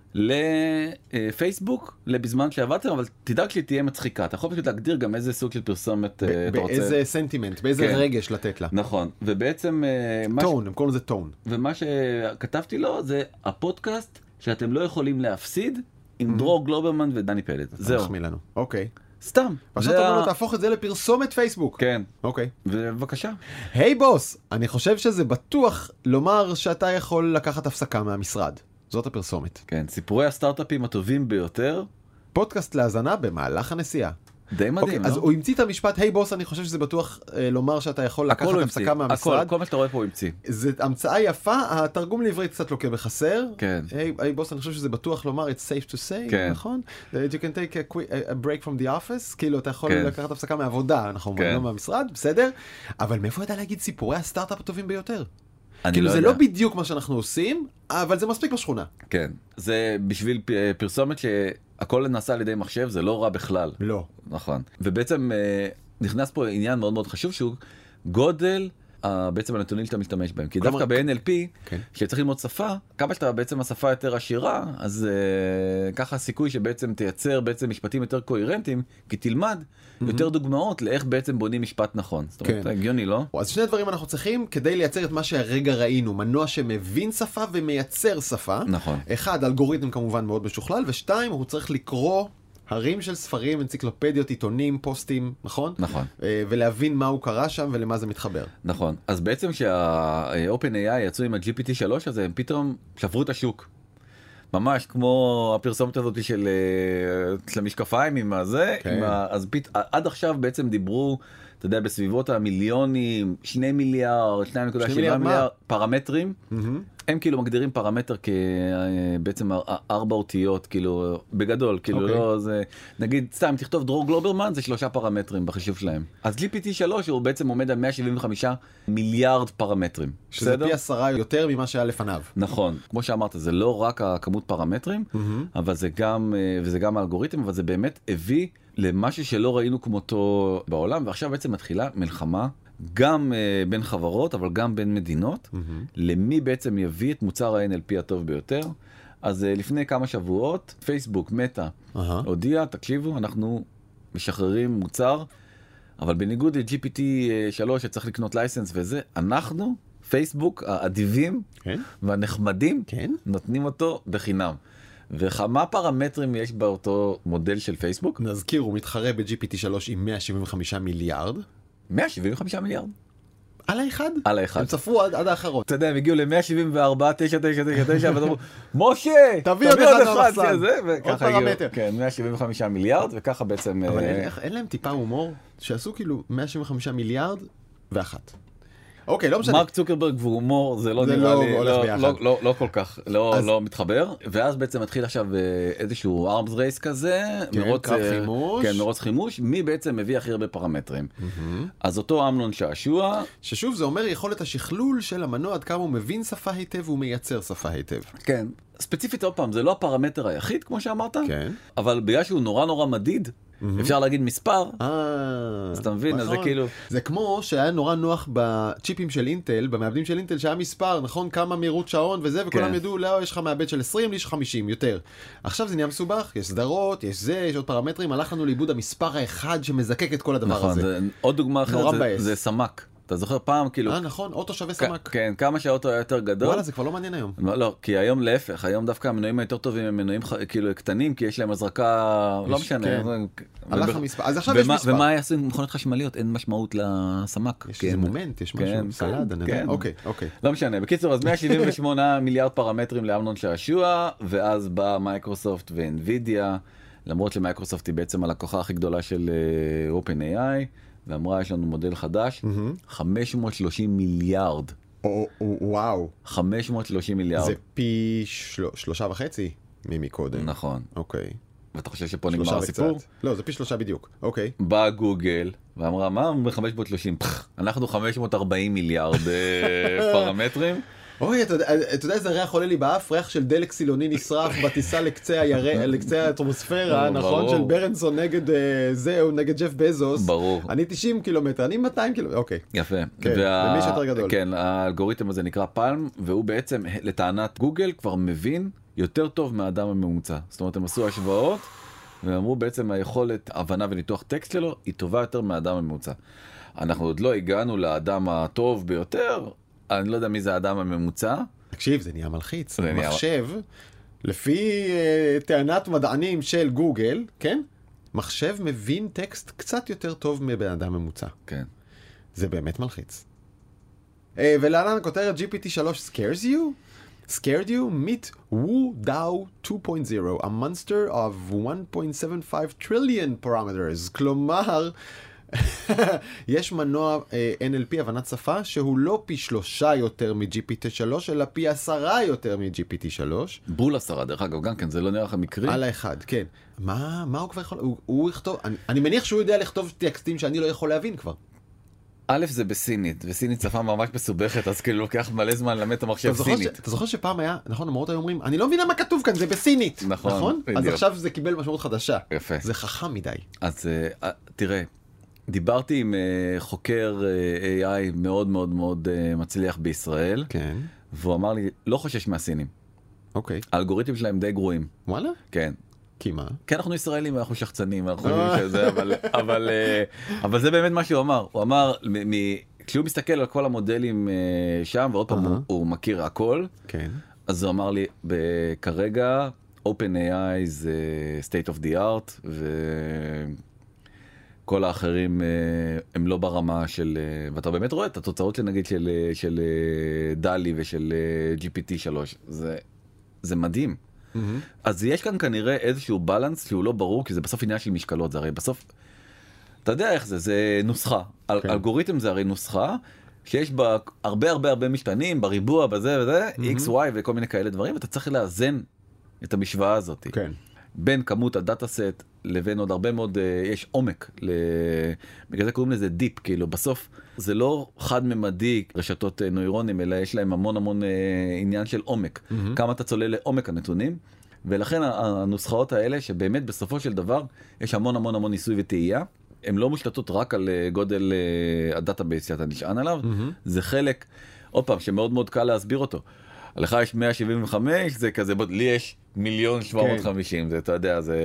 לפייסבוק, לבזמן שעבדתם, אבל תדאג שהיא תהיה מצחיקה. אתה יכול פשוט להגדיר גם איזה סוג של פרסומת אתה רוצה. באיזה סנטימנט, באיזה רגש לתת לה. נכון, ובעצם... טון, הם קוראים לזה טון. ומה שכתבתי לו זה הפודקאסט שאתם לא יכולים להפסיד עם דרור גלוברמן ודני פלד. זהו. תחמיא לנו. אוקיי. סתם. עכשיו אתה אומר לו, תהפוך את זה לפרסומת פייסבוק. כן. אוקיי. ובבקשה. היי בוס, אני חושב שזה בטוח לומר שאתה יכול לקחת הפסקה מהמשרד. זאת הפרסומת. כן, סיפורי הסטארט-אפים הטובים ביותר. פודקאסט להאזנה במהלך הנסיעה. די מדהים, לא? אז הוא המציא את המשפט, היי בוס, אני חושב שזה בטוח לומר שאתה יכול לקחת הפסקה מהמשרד. הכל, כל מה שאתה רואה פה הוא המציא. זה המצאה יפה, התרגום לעברית קצת לוקה בחסר. כן. היי בוס, אני חושב שזה בטוח לומר, it's safe to say, נכון? You can take a break from the office, כאילו אתה יכול לקחת הפסקה מהעבודה, אנחנו אומרים, לא מהמשרד, בסדר? אבל מאיפה ידע להגיד סיפורי הסטארט-אפ הטובים ביותר? כאילו זה לא בדיוק מה שאנחנו עושים, אבל זה מספיק בשכונה. כן, זה בשביל פרסומת שהכל נעשה על ידי מחשב, זה לא רע בכלל. לא. נכון. ובעצם נכנס פה עניין מאוד מאוד חשוב, שהוא גודל בעצם הנתונים שאתה משתמש בהם. כי דווקא ב-אן אל פי, שצריך ללמוד שפה, כמה שאתה בעצם השפה יותר עשירה, אז ככה הסיכוי שבעצם תייצר בעצם משפטים יותר קוהרנטיים, כי תלמד יותר דוגמאות לאיך בעצם בונים משפט נכון. זאת אומרת, הגיוני, לא? אז שני דברים אנחנו צריכים כדי לייצר את מה שהרגע ראינו, מנוע שמבין שפה ומייצר שפה. נכון. אחד, אלגוריתם כמובן מאוד משוכלל, ושתיים, הוא צריך לקרוא הרים של ספרים, אנציקלופדיות, עיתונים, פוסטים, נכון? נכון. ולהבין מה הוא קרא שם ולמה זה מתחבר. נכון. אז בעצם שה-OpenAI יצאו עם ה-ג'י פי טי שלוש הזה, הם פתאום שברו את השוק. ממש כמו הפרסומת הזאת של המשקפיים עם הזה, אז עד עכשיו בעצם דיברו, אתה יודע, בסביבות המיליונים, שני מיליארד, שניים נקודה שבע מיליארד פרמטרים. הם כאילו מגדירים פרמטר כבעצם ארבע אותיות, כאילו, בגדול, כאילו לא, זה, נגיד, סתם, תכתוב דרור גלוברמן, זה שלושה פרמטרים בחישוב שלהם. אז ג'י פי טי שלוש הוא בעצם עומד על מאה שבעים וחמישה מיליארד פרמטרים. שזה פי עשרה יותר ממה שהיה לפניו. נכון. כמו שאמרת, זה לא רק הכמות פרמטרים, אבל זה גם, וזה גם האלגוריתם, אבל זה באמת הביא למשהו שלא ראינו כמותו בעולם, ועכשיו בעצם מתחילה מלחמה גם uh, בין חברות, אבל גם בין מדינות, mm-hmm. למי בעצם יביא את מוצר ה-אן אל פי הטוב ביותר. אז uh, לפני כמה שבועות, פייסבוק, מטא, uh-huh. הודיע, תקשיבו, אנחנו משחררים מוצר, אבל בניגוד ל-ג'י פי טי שלוש שצריך לקנות לייסנס וזה, אנחנו, פייסבוק, האדיבים okay. והנחמדים, okay. נותנים אותו בחינם. וכמה פרמטרים יש באותו מודל של פייסבוק? נזכיר, הוא מתחרה ב-ג'י פי טי שלוש עם מאה שבעים וחמישה מיליארד. מאה שבעים וחמישה מיליארד? על האחד? על האחד. הם צפו עד, עד האחרון. אתה יודע, הם הגיעו ל-מאה שבעים וארבע, תשע, תשע, תשע, תשע, ואתה אומר, משה, תביא עוד אחד מהמחסן. עוד פרמטר. כן, מאה שבעים וחמישה מיליארד, וככה בעצם... אבל אין להם טיפה הומור, שעשו כאילו מאה שבעים וחמישה מיליארד ואחת. אוקיי, לא משנה. מרק צוקרברג והומור, זה לא נראה לי, לא כל כך, לא מתחבר. ואז בעצם מתחיל עכשיו איזשהו ארמס רייס כזה, מרוץ חימוש, מי בעצם מביא הכי הרבה פרמטרים. אז אותו אמנון שעשוע. ששוב, זה אומר יכולת השכלול של המנוע, עד כמה הוא מבין שפה היטב והוא מייצר שפה היטב. כן. ספציפית עוד פעם, זה לא הפרמטר היחיד, כמו שאמרת, אבל בגלל שהוא נורא נורא מדיד, אפשר להגיד מספר, אז אתה מבין, אז זה כאילו... זה כמו שהיה נורא נוח בצ'יפים של אינטל, במעבדים של אינטל, שהיה מספר, נכון? כמה מהירות שעון וזה, וכולם ידעו, לא, יש לך מעבד של עשרים, לי יש חמישים, יותר. עכשיו זה נהיה מסובך, יש סדרות, יש זה, יש עוד פרמטרים, הלך לנו לאיבוד המספר האחד שמזקק את כל הדבר הזה. עוד דוגמה אחרת זה סמ"ק. אתה זוכר פעם כאילו... אה נכון, אוטו שווה סמ"ק. כן, כמה שהאוטו היה יותר גדול. וואלה, זה כבר לא מעניין היום. לא, לא, כי היום להפך, היום דווקא המנועים היותר טובים הם מנועים כאילו קטנים, כי יש להם הזרקה, לא משנה. הלך המספר, אז עכשיו יש מספר. ומה יעשו עם מכונות חשמליות? אין משמעות לסמ"ק. יש איזה מומנט, יש משהו, סלד, אני יודע. אוקיי, אוקיי. לא משנה, בקיצור, אז מאה שבעים ושמונה מיליארד פרמטרים לאמנון שעשוע, ואז באה מייקרוסופט ואנווידיה, למרות שמייקרוסופט היא בעצם הלקוחה הכי גדולה של OpenAI, ואמרה, יש לנו מודל חדש, חמש מאות ושלושים מיליארד. וואו. חמש מאות ושלושים מיליארד. זה פי שלושה וחצי ממקודם. נכון. אוקיי. ואתה חושב שפה נגמר הסיפור? לא, זה פי שלושה בדיוק. אוקיי. באה גוגל, ואמרה, מה ב-חמש מאות ושלושים? אנחנו חמש מאות וארבעים מיליארד פרמטרים. אוי, אתה יודע איזה ריח עולה לי באף? ריח של דלק סילוני נשרף בטיסה לקצה הירח, לקצה האטמוספירה, נכון? של ברנסון נגד זהו, נגד ג'ף בזוס. ברור. אני תשעים קילומטר, אני מאתיים קילומטר, אוקיי. יפה. כן, למי שיותר גדול. כן, האלגוריתם הזה נקרא פלם, והוא בעצם, לטענת גוגל, כבר מבין יותר טוב מהאדם הממוצע. זאת אומרת, הם עשו השוואות, ואמרו בעצם היכולת, הבנה וניתוח טקסט שלו, היא טובה יותר מהאדם הממוצע. אנחנו עוד לא הגענו לאדם הטוב ביותר, אני לא יודע מי זה האדם הממוצע. תקשיב, זה נהיה מלחיץ. זה מחשב, נהיה... לפי uh, טענת מדענים של גוגל, כן? מחשב מבין טקסט קצת יותר טוב מבן אדם ממוצע. כן. זה באמת מלחיץ. Uh, ולהלן הכותרת ג'י פי טי שלוש scares you? Scared you? Meet Wu Dao two point oh, a monster of one point seven five trillion parameters. כלומר... יש מנוע אן אל פי, הבנת שפה, שהוא לא פי שלושה יותר מ-ג'י פי טי שלוש, אלא פי עשרה יותר מ-ג'י פי טי שלוש. בול עשרה, דרך אגב, גם כן, זה לא נראה לך מקרי. על האחד, כן. מה, מה הוא כבר יכול... הוא, הוא יכתוב... אני, אני מניח שהוא יודע לכתוב טקסטים שאני לא יכול להבין כבר. א' זה בסינית, וסינית שפה ממש מסובכת, אז כאילו לוקח מלא זמן ללמד את המחשב סינית. אתה זוכר שפעם היה, נכון, המורות היו אומרים, אני לא מבינה מה כתוב כאן, זה בסינית. נכון? אז עכשיו זה קיבל משמעות חדשה. יפה. זה חכם מדי. אז תראה, דיברתי עם חוקר איי איי מאוד מאוד מאוד מצליח בישראל, כן. והוא אמר לי, לא חושש מהסינים. אוקיי. האלגוריתמים שלהם די גרועים. וואלה? כן. כי מה? כי אנחנו ישראלים, אנחנו שחצנים, אנחנו חושבים שזה, אבל, אבל, אבל זה באמת מה שהוא אמר. הוא אמר, כשהוא מסתכל על כל המודלים שם, ועוד פעם הוא, הוא מכיר הכל, כן. אז הוא אמר לי, כרגע, OpenAI זה state of the art, ו... כל האחרים הם לא ברמה של, ואתה באמת רואה את התוצאות נגיד של, של דלי ושל ג'י פי טי שלוש, זה, זה מדהים. Mm-hmm. אז יש כאן כנראה איזשהו בלנס שהוא לא ברור, כי זה בסוף עניין של משקלות, זה הרי בסוף, אתה יודע איך זה, זה נוסחה. Okay. אלגוריתם זה הרי נוסחה, שיש בה הרבה הרבה הרבה משתנים, בריבוע, בזה וזה, mm-hmm. X, Y וכל מיני כאלה דברים, ואתה צריך לאזן את המשוואה הזאת. כן. Okay. בין כמות הדאטה סט לבין עוד הרבה מאוד, יש עומק, בגלל זה קוראים לזה דיפ, כאילו בסוף זה לא חד-ממדי רשתות נוירונים, אלא יש להם המון המון עניין של עומק, mm-hmm. כמה אתה צולל לעומק הנתונים, ולכן הנוסחאות האלה שבאמת בסופו של דבר יש המון המון המון ניסוי וטעייה, הן לא מושתתות רק על גודל הדאטאבייס שאתה נשען עליו, mm-hmm. זה חלק, עוד פעם, שמאוד מאוד קל להסביר אותו. לך יש מאה שבעים וחמש, זה כזה, לי יש מיליון שבע מאות וחמישים, זה, אתה יודע, זה...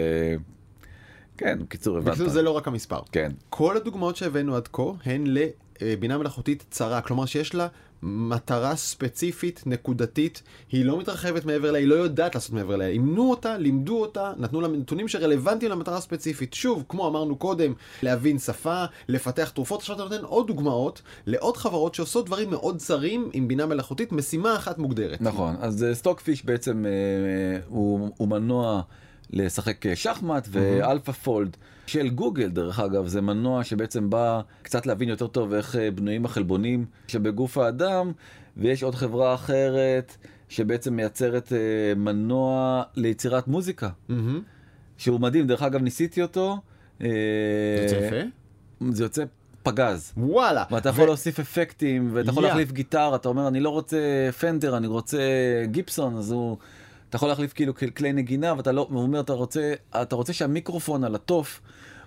כן, בקיצור, הבנת. בקיצור, זה לא רק המספר. כן. כל הדוגמאות שהבאנו עד כה הן לבינה מלאכותית צרה, כלומר שיש לה מטרה ספציפית, נקודתית, היא לא מתרחבת מעבר לה, היא לא יודעת לעשות מעבר לה, אימנו אותה, לימדו אותה, נתנו לה נתונים שרלוונטיים למטרה ספציפית. שוב, כמו אמרנו קודם, להבין שפה, לפתח תרופות. עכשיו אתה נותן עוד דוגמאות לעוד חברות שעושות דברים מאוד צרים עם בינה מלאכותית, משימה אחת מוגדרת. נכון, אז סטוקפיש בעצם אה, הוא, הוא מנוע לשחק שחמט, ואלפא פולד של גוגל, דרך אגב, זה מנוע שבעצם בא קצת להבין יותר טוב איך בנויים החלבונים שבגוף האדם, ויש עוד חברה אחרת שבעצם מייצרת מנוע ליצירת מוזיקה, שהוא מדהים, דרך אגב ניסיתי אותו. זה יוצא יפה? זה יוצא פגז. וואלה. ואתה יכול להוסיף אפקטים, ואתה יכול להחליף גיטר, אתה אומר, אני לא רוצה פנדר, אני רוצה גיפסון, אז הוא... אתה יכול להחליף כאילו כלי נגינה, ואתה לא, הוא אומר, אתה רוצה, אתה רוצה שהמיקרופון על הטוף,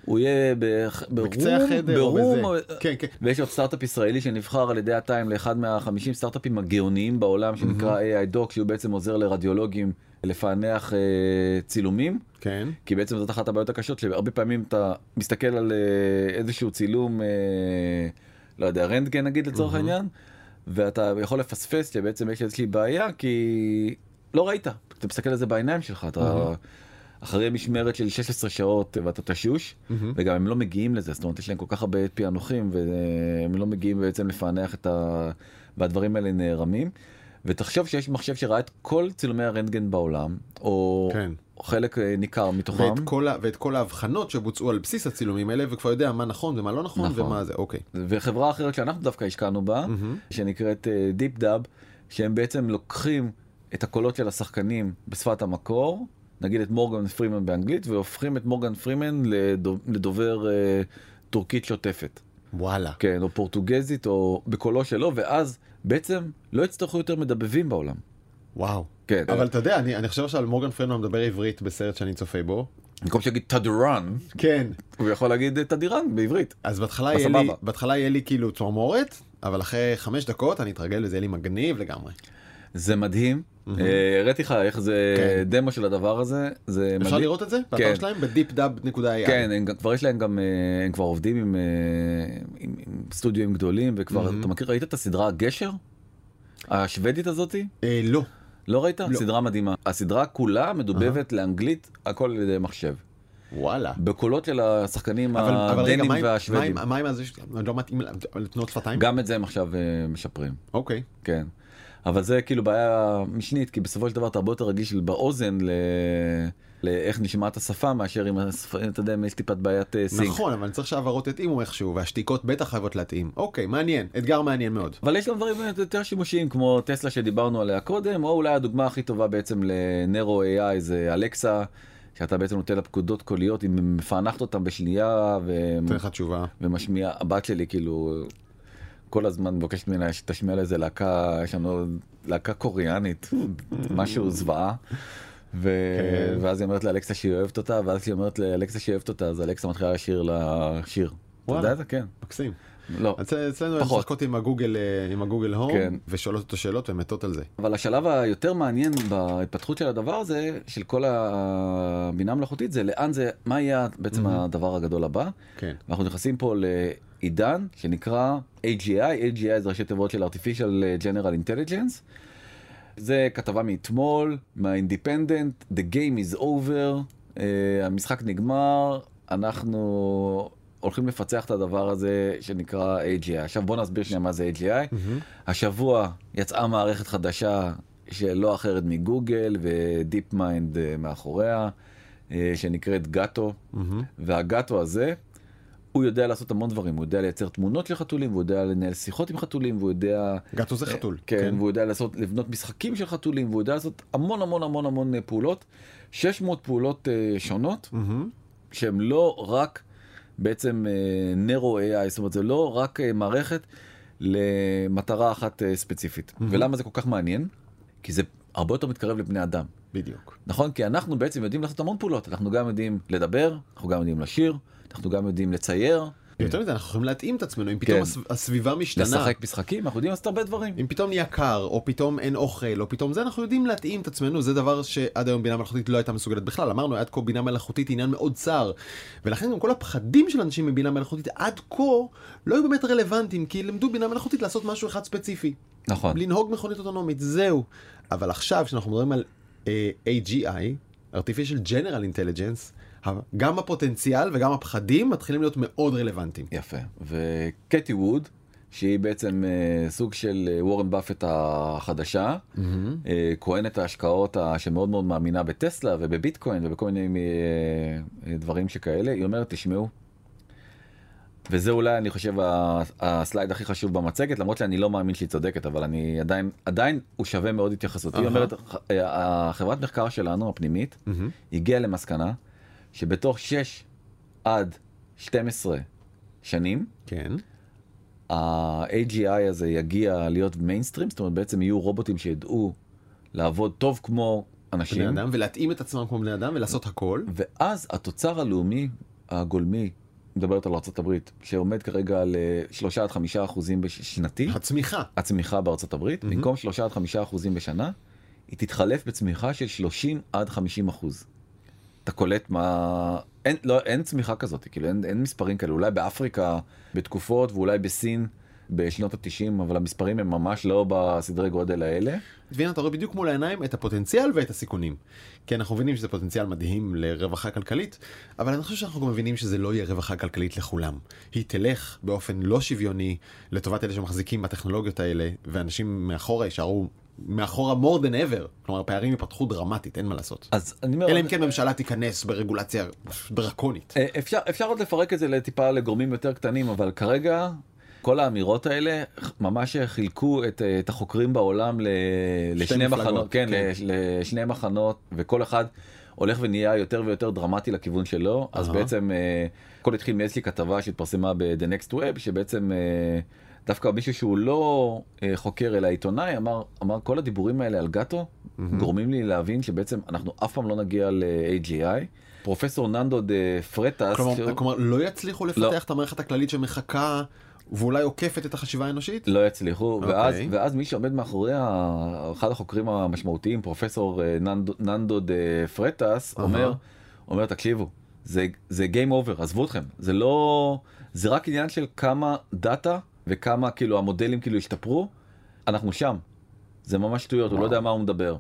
הוא יהיה בקצה החדר, ברום, או בזה. כן, כן. ויש עוד סטארט-אפ ישראלי שנבחר על ידי הטיים לאחד מהחמישים סטארט-אפים הגאוניים בעולם, שנקרא איי איי Doc, שהוא בעצם עוזר לרדיולוגים לפענח uh, צילומים. כן. כי בעצם זאת אחת הבעיות הקשות, שהרבה פעמים אתה מסתכל על uh, איזשהו צילום, uh, לא יודע, רנטגן נגיד לצורך העניין, ואתה יכול לפספס שבעצם יש איזושהי בעיה, כי לא ראית. אתה מסתכל על זה בעיניים שלך, אתה אחרי משמרת של שש עשרה שעות ואתה תשוש, וגם הם לא מגיעים לזה, זאת אומרת, יש להם כל כך הרבה פענוחים, והם לא מגיעים בעצם לפענח את ה... והדברים האלה נערמים. ותחשוב שיש מחשב שראה את כל צילומי הרנטגן בעולם, או כן. חלק ניכר מתוכם. ואת כל, ואת כל ההבחנות שבוצעו על בסיס הצילומים האלה, וכבר יודע מה נכון ומה לא נכון, נכון. ומה זה, אוקיי. וחברה אחרת שאנחנו דווקא השקענו בה, mm-hmm. שנקראת דיפ דאב, שהם בעצם לוקחים את הקולות של השחקנים בשפת המקור, נגיד את מורגן פרימן באנגלית, והופכים את מורגן פרימן לדוב, לדובר uh, טורקית שוטפת. וואלה. כן, או פורטוגזית, או בקולו שלו, ואז בעצם לא יצטרכו יותר מדבבים בעולם. וואו. כן. אבל אתה יודע, אני, אני חושב שעל מורגן פרימן מדבר עברית בסרט שאני צופה בו. במקום שיגיד תדירן, כן. הוא יכול להגיד תדירן בעברית. אז בהתחלה יהיה לי, בהתחלה יהיה לי כאילו צמרמורת, אבל אחרי חמש דקות אני אתרגל וזה יהיה לי מגניב לגמרי. זה מדהים. הראיתי לך איך זה דמו של הדבר הזה. אפשר לראות את זה? באתר שלהם? בדיפ דאב נקודה איי איי. כן, כבר יש להם גם, הם כבר עובדים עם סטודיו גדולים, וכבר, אתה מכיר, ראית את הסדרה הגשר? השוודית הזאתי? לא. לא ראית? סדרה מדהימה. הסדרה כולה מדובבת לאנגלית, הכל על ידי מחשב. וואלה. בקולות של השחקנים הדנים והשוודים. מה עם זה? לא מתאים לתנועות שפתיים? גם את זה הם עכשיו משפרים. אוקיי. כן. אבל זה כאילו בעיה משנית, כי בסופו של דבר אתה הרבה יותר רגיש באוזן ל... לאיך נשמעת השפה, מאשר אם אתה יודע, יש טיפת בעיית סינק. נכון, אבל אני צריך שהעברות יתאימו איכשהו, והשתיקות בטח חייבות להתאים. אוקיי, מעניין, אתגר מעניין מאוד. אבל יש גם דברים יותר שימושיים, כמו טסלה שדיברנו עליה קודם, או אולי הדוגמה הכי טובה בעצם לנרו איי איי זה אלקסה, שאתה בעצם נותן לה פקודות קוליות, היא מפענחת אותם בשנייה, ו... תן לך תשובה. ומשמיע, הבת שלי כאילו... כל הזמן מבקשת ממנה שתשמיע לאיזה להקה, יש לנו להקה קוריאנית, משהו זוועה, ו... כן. ואז היא אומרת לאלקסה שהיא אוהבת אותה, ואז היא אומרת לאלקסה שהיא אוהבת אותה, אז אלקסה מתחילה לשיר לשיר. אתה יודע את זה? כן. מקסים. לא, אצלנו הן משחקות עם הגוגל, עם הגוגל הום, כן. ושואלות אותו שאלות ומתות על זה. אבל השלב היותר מעניין בהתפתחות של הדבר הזה, של כל הבינה מלאכותית, זה לאן זה, מה יהיה בעצם mm-hmm. הדבר הגדול הבא. כן. ואנחנו נכנסים פה לעידן שנקרא איי ג'י איי, איי ג'י איי זה ראשי תיבות של Artificial General Intelligence. זה כתבה מאתמול, מה-Independent, The game is over, uh, המשחק נגמר, אנחנו הולכים לפצח את הדבר הזה שנקרא איי ג'י איי. עכשיו בוא נסביר שנייה מה זה איי ג'י איי. Mm-hmm. השבוע יצאה מערכת חדשה שלא אחרת מגוגל ודיפ מיינד מאחוריה, uh, שנקראת גאטו, mm-hmm. והגאטו הזה, הוא יודע לעשות המון דברים, הוא יודע לייצר תמונות של חתולים, הוא יודע לנהל שיחות עם חתולים, והוא יודע... גאטו זה חתול. כן, כן. והוא יודע לעשות, לבנות משחקים של חתולים, והוא יודע לעשות המון המון המון המון פעולות, שש מאות פעולות uh, שונות, mm-hmm. שהן לא רק בעצם uh, נרו איי איי, זאת אומרת, זה לא רק uh, מערכת למטרה אחת uh, ספציפית. Mm-hmm. ולמה זה כל כך מעניין? כי זה הרבה יותר מתקרב לבני אדם. בדיוק. נכון? כי אנחנו בעצם יודעים לעשות המון פעולות, אנחנו גם יודעים לדבר, אנחנו גם יודעים לשיר, אנחנו גם יודעים לצייר. יותר מזה, אנחנו יכולים להתאים את עצמנו, אם פתאום הסביבה משתנה. לשחק משחקים, אנחנו יודעים לעשות הרבה דברים. אם פתאום נהיה קר, או פתאום אין אוכל, או פתאום זה, אנחנו יודעים להתאים את עצמנו, זה דבר שעד היום בינה מלאכותית לא הייתה מסוגלת בכלל. אמרנו, עד כה בינה מלאכותית עניין מאוד צר, ולכן גם כל הפחדים של אנשים מבינה מלאכותית עד כה לא היו באמת רלוונטיים, כי למדו בינה מלאכותית לעשות משהו אחד ספציפי. נכון. לנהוג מכונית אוטונומית, זהו. אבל עכשיו, כשאנחנו מדברים על איי ג'י איי, Artificial General Intelligence, גם הפוטנציאל וגם הפחדים מתחילים להיות מאוד רלוונטיים. יפה. וקטי ווד, שהיא בעצם uh, סוג של uh, וורן באפט החדשה, mm-hmm. uh, כהנת ההשקעות שמאוד מאוד מאמינה בטסלה ובביטקוין ובכל מיני uh, דברים שכאלה, היא אומרת, תשמעו, וזה אולי אני חושב הסלייד הכי חשוב במצגת, למרות שאני לא מאמין שהיא צודקת, אבל אני עדיין, עדיין הוא שווה מאוד התייחסות. Uh-huh. היא אומרת, החברת מחקר שלנו, הפנימית, uh-huh. הגיעה למסקנה, שבתוך שש עד שתים עשרה שנים, כן. ה-איי ג'י איי הזה יגיע להיות מיינסטרים, זאת אומרת בעצם יהיו רובוטים שידעו לעבוד טוב כמו אנשים. בני אדם, ולהתאים את עצמם כמו בני אדם ולעשות הכל. ואז התוצר הלאומי הגולמי, מדברת על ארצות הברית, שעומד כרגע על שלושה עד חמישה אחוזים בשנתי. הצמיחה. הצמיחה בארצות הברית, mm-hmm. במקום שלושה עד חמישה אחוזים בשנה, היא תתחלף בצמיחה של שלושים עד חמישים אחוז. אתה קולט מה... אין, לא, אין צמיחה כזאת, כאילו אין, אין מספרים כאלה, אולי באפריקה בתקופות ואולי בסין בשנות ה-תשעים, אבל המספרים הם ממש לא בסדרי גודל האלה. והנה, אתה רואה בדיוק מול העיניים את הפוטנציאל ואת הסיכונים. כי אנחנו מבינים שזה פוטנציאל מדהים לרווחה כלכלית, אבל אני חושב שאנחנו גם מבינים שזה לא יהיה רווחה כלכלית לכולם. היא תלך באופן לא שוויוני לטובת אלה שמחזיקים בטכנולוגיות האלה, ואנשים מאחורה יישארו מאחורה more than ever. כלומר, הפערים ייפתחו דרמטית, אין מה לעשות. אז אני אומר... אלא אם כן ממשלה תיכנס ברגולציה דרקונית. אפשר, אפשר עוד לפרק את זה לטיפה לגורמים יותר קטנים, אבל כרגע... כל האמירות האלה ממש חילקו את, את החוקרים בעולם ל, לשני מחנות, כן, כן. לשני מחנות, וכל אחד הולך ונהיה יותר ויותר דרמטי לכיוון שלו. Uh-huh. אז בעצם הכל התחיל מאיזושהי כתבה שהתפרסמה ב-The Next Web, שבעצם דווקא מישהו שהוא לא חוקר אלא עיתונאי, אמר, אמר כל הדיבורים האלה על גאטו, mm-hmm. גורמים לי להבין שבעצם אנחנו אף פעם לא נגיע ל-איי ג'י איי. פרופסור ננדו דה פרטס. כלומר, שהוא... כלומר לא יצליחו לפתח לא. את המערכת הכללית שמחכה... ואולי עוקפת את החשיבה האנושית? לא יצליחו, okay. ואז, ואז מי שעומד מאחורי אחד החוקרים המשמעותיים, פרופסור ננדו, ננדו דה פרטס, uh-huh. אומר, אומר, תקשיבו, זה, זה game over, עזבו אתכם, זה לא, זה רק עניין של כמה דאטה וכמה כאילו המודלים כאילו השתפרו, אנחנו שם, זה ממש שטויות, wow. הוא לא יודע מה הוא מדבר.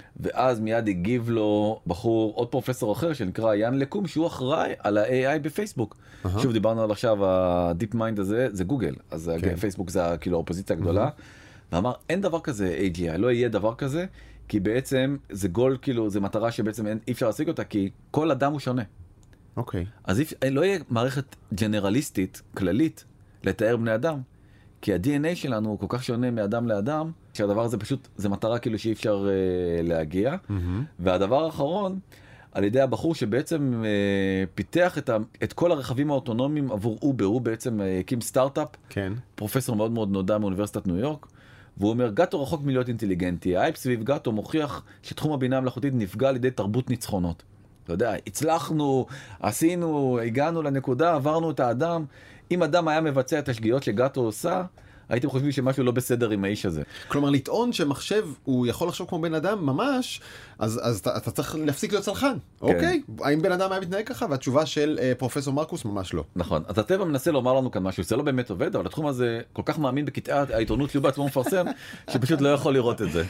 ואז מיד הגיב לו בחור, עוד פרופסור אחר שנקרא יאן לקום, שהוא אחראי על ה-איי איי בפייסבוק. Uh-huh. שוב, דיברנו על עכשיו, ה-Deep Mind הזה, זה גוגל. אז כן. פייסבוק זה כאילו האופוזיציה הגדולה. Uh-huh. ואמר, אין דבר כזה איי ג'י איי, לא יהיה דבר כזה, כי בעצם זה גול, כאילו, זה מטרה שבעצם אין, אי אפשר להשיג אותה, כי כל אדם הוא שונה. אוקיי. Okay. אז אי, לא יהיה מערכת ג'נרליסטית, כללית, לתאר בני אדם. כי ה-די אן איי שלנו הוא כל כך שונה מאדם לאדם, שהדבר הזה פשוט, זה מטרה כאילו שאי אפשר uh, להגיע. Mm-hmm. והדבר האחרון, על ידי הבחור שבעצם uh, פיתח את, ה, את כל הרכבים האוטונומיים עבור אובר, הוא בעצם uh, הקים סטארט-אפ, כן. פרופסור מאוד מאוד נודע מאוניברסיטת ניו יורק, והוא אומר, גאטו רחוק מלהיות אינטליגנטי, האייפ סביב גאטו מוכיח שתחום הבינה המלאכותית נפגע על ידי תרבות ניצחונות. אתה יודע, הצלחנו, עשינו, הגענו לנקודה, עברנו את האדם, אם אדם היה מבצע את השגיאות שגאטו עושה, הייתם חושבים שמשהו לא בסדר עם האיש הזה. כלומר, לטעון שמחשב הוא יכול לחשוב כמו בן אדם ממש, אז, אז אתה, אתה צריך להפסיק להיות צלחן. כן. אוקיי? האם בן אדם היה מתנהג ככה? והתשובה של אה, פרופסור מרקוס ממש לא. נכון. אז הטבע מנסה לומר לנו כאן משהו, זה לא באמת עובד, אבל התחום הזה כל כך מאמין בקטעי העיתונות שהוא בעצמו מפרסם, שפשוט לא יכול לראות את זה.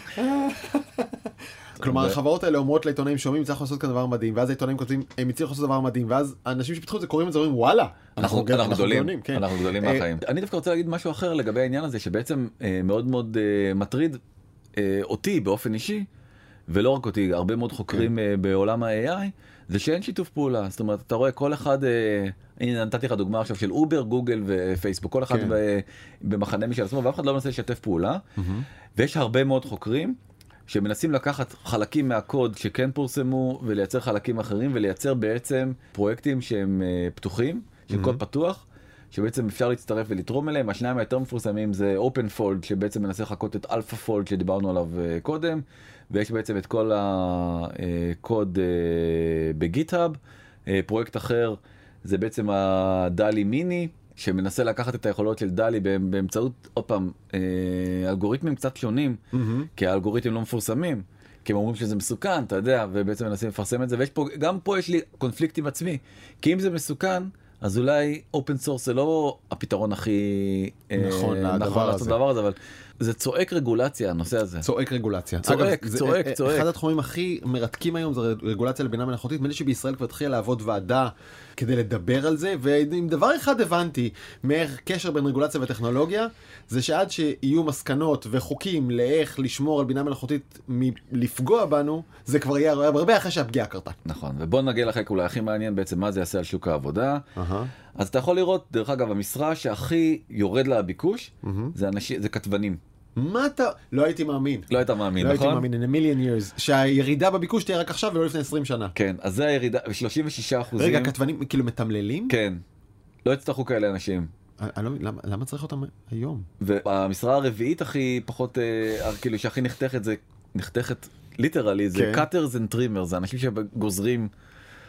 כלומר, החברות האלה אומרות לעיתונאים שומעים, צריך לעשות כאן דבר מדהים, ואז העיתונאים כותבים, הם הצליחו לעשות דבר מדהים, ואז האנשים שפיתחו את זה קוראים את זה, אומרים, וואלה, אנחנו גדולים, אנחנו גדולים מהחיים. אני דווקא רוצה להגיד משהו אחר לגבי העניין הזה, שבעצם מאוד מאוד מטריד אותי באופן אישי, ולא רק אותי, הרבה מאוד חוקרים בעולם ה-איי איי, זה שאין שיתוף פעולה. זאת אומרת, אתה רואה כל אחד, הנה נתתי לך דוגמה עכשיו של אובר, גוגל ופייסבוק, כל אחד במחנה משל עצמו, ואף אחד לא מנסה לשתף פעולה, ויש הרבה מאוד חוקרים שמנסים לקחת חלקים מהקוד שכן פורסמו ולייצר חלקים אחרים ולייצר בעצם פרויקטים שהם uh, פתוחים, של mm-hmm. קוד פתוח, שבעצם אפשר להצטרף ולתרום אליהם. השניים היותר מפורסמים זה OpenFold, שבעצם מנסה לחכות את AlphaFold שדיברנו עליו uh, קודם, ויש בעצם את כל הקוד uh, uh, בגיטהאב. Uh, פרויקט אחר זה בעצם הדלי מיני, שמנסה לקחת את היכולות של דלי באמצעות, עוד פעם, אלגוריתמים קצת שונים, mm-hmm. כי האלגוריתמים לא מפורסמים, כי הם אומרים שזה מסוכן, אתה יודע, ובעצם מנסים לפרסם את זה, ויש פה, גם פה יש לי קונפליקט עם עצמי, כי אם זה מסוכן, אז אולי אופן סורס זה לא הפתרון הכי נכון, אה, נכון לעשות דבר הזה, אבל זה צועק רגולציה, הנושא הזה. צועק רגולציה. צועק, אגב, צועק, זה, צועק. אחד התחומים הכי מרתקים היום זה רגולציה לבינה מלאכותית. מדי שבישראל כבר התחילה לעבוד ועדה כדי לדבר על זה, ועם דבר אחד הבנתי מאיך קשר בין רגולציה וטכנולוגיה, זה שעד שיהיו מסקנות וחוקים לאיך לשמור על בינה מלאכותית מלפגוע בנו, זה כבר יהיה הרבה אחרי שהפגיעה קרתה. נכון, ובוא נגיע לחלק אולי הכי מעניין בעצם מה זה יעשה על שוק העבודה. Uh-huh. אז אתה יכול לראות, דרך אגב, המשרה שהכי יורד לה הביקוש, uh-huh. זה אנשים, זה כתבנים. מה אתה... לא הייתי מאמין. לא היית מאמין, לא נכון? לא הייתי מאמין, in a million years, שהירידה בביקוש תהיה רק עכשיו ולא לפני עשרים שנה. כן, אז זה הירידה, שלושים ושישה אחוזים. רגע, כתבנים כאילו מתמללים? כן. לא הצטרכו כאלה אנשים. אני לא, למה, למה צריך אותם היום? והמשרה הרביעית הכי פחות, אה, כאילו שהכי נחתכת, זה נחתכת ליטרלי, זה כן. cutters and trimmers, זה אנשים שגוזרים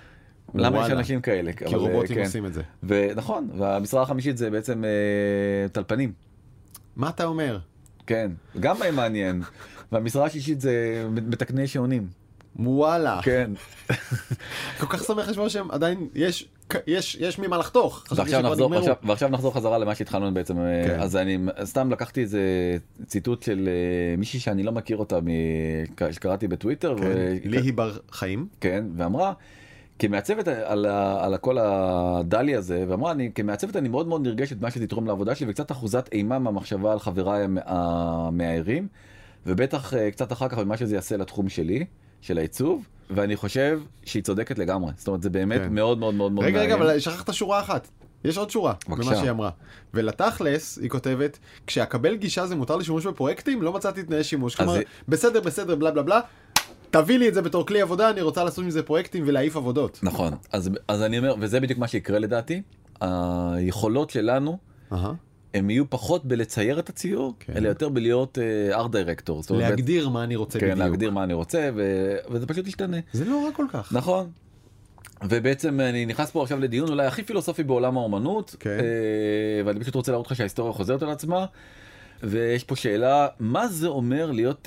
למה יש אנשים כאלה? כי רובוטים עושים את זה. ונכון, והמשרה החמישית זה בעצם טלפנים. מה אתה אומר? כן, גם מעניין. והמשרה השישית זה מתקני שעונים. וואלה. כן. כל כך שמח לשמוע שהם עדיין, יש, יש, יש ממה לחתוך. ועכשיו נחזור, ועכשיו, ועכשיו נחזור חזרה למה שהתחלנו בעצם. כן. אז אני סתם לקחתי איזה ציטוט של מישהי שאני לא מכיר אותה, שקראתי בטוויטר. כן. ו... ליהי בר חיים. כן, ואמרה, כמעצבת על, על הכל הדלי הזה, ואמרה, אני, כמעצבת אני מאוד מאוד נרגשת מה שתתרום לעבודה שלי, וקצת אחוזת אימה מהמחשבה על חבריי המאיירים, ובטח קצת אחר כך במה שזה יעשה לתחום שלי. של העיצוב, ואני חושב שהיא צודקת לגמרי. זאת אומרת, זה באמת כן. מאוד מאוד מאוד מאוד רגע, רגע, אבל שכחת שורה אחת. יש עוד שורה, במה שהיא אמרה. ולתכלס, היא כותבת, כשאקבל גישה זה מותר לשימוש בפרויקטים, לא מצאתי תנאי שימוש. כלומר, זה... בסדר, בסדר, בלה בלה בלה, תביא לי את זה בתור כלי עבודה, אני רוצה לעשות מזה פרויקטים ולהעיף עבודות. נכון. אז, אז אני אומר, וזה בדיוק מה שיקרה לדעתי, היכולות שלנו, uh-huh. הם יהיו פחות בלצייר את הציור, כן. אלא יותר בלהיות ארט דירקטור. להגדיר מה אני רוצה כן, בדיוק. כן, להגדיר מה אני רוצה, ו... וזה פשוט ישתנה. זה לא רע כל כך. נכון. ובעצם אני נכנס פה עכשיו לדיון אולי הכי פילוסופי בעולם האומנות, כן. ואני פשוט רוצה להראות לך שההיסטוריה חוזרת על עצמה, ויש פה שאלה, מה זה אומר להיות,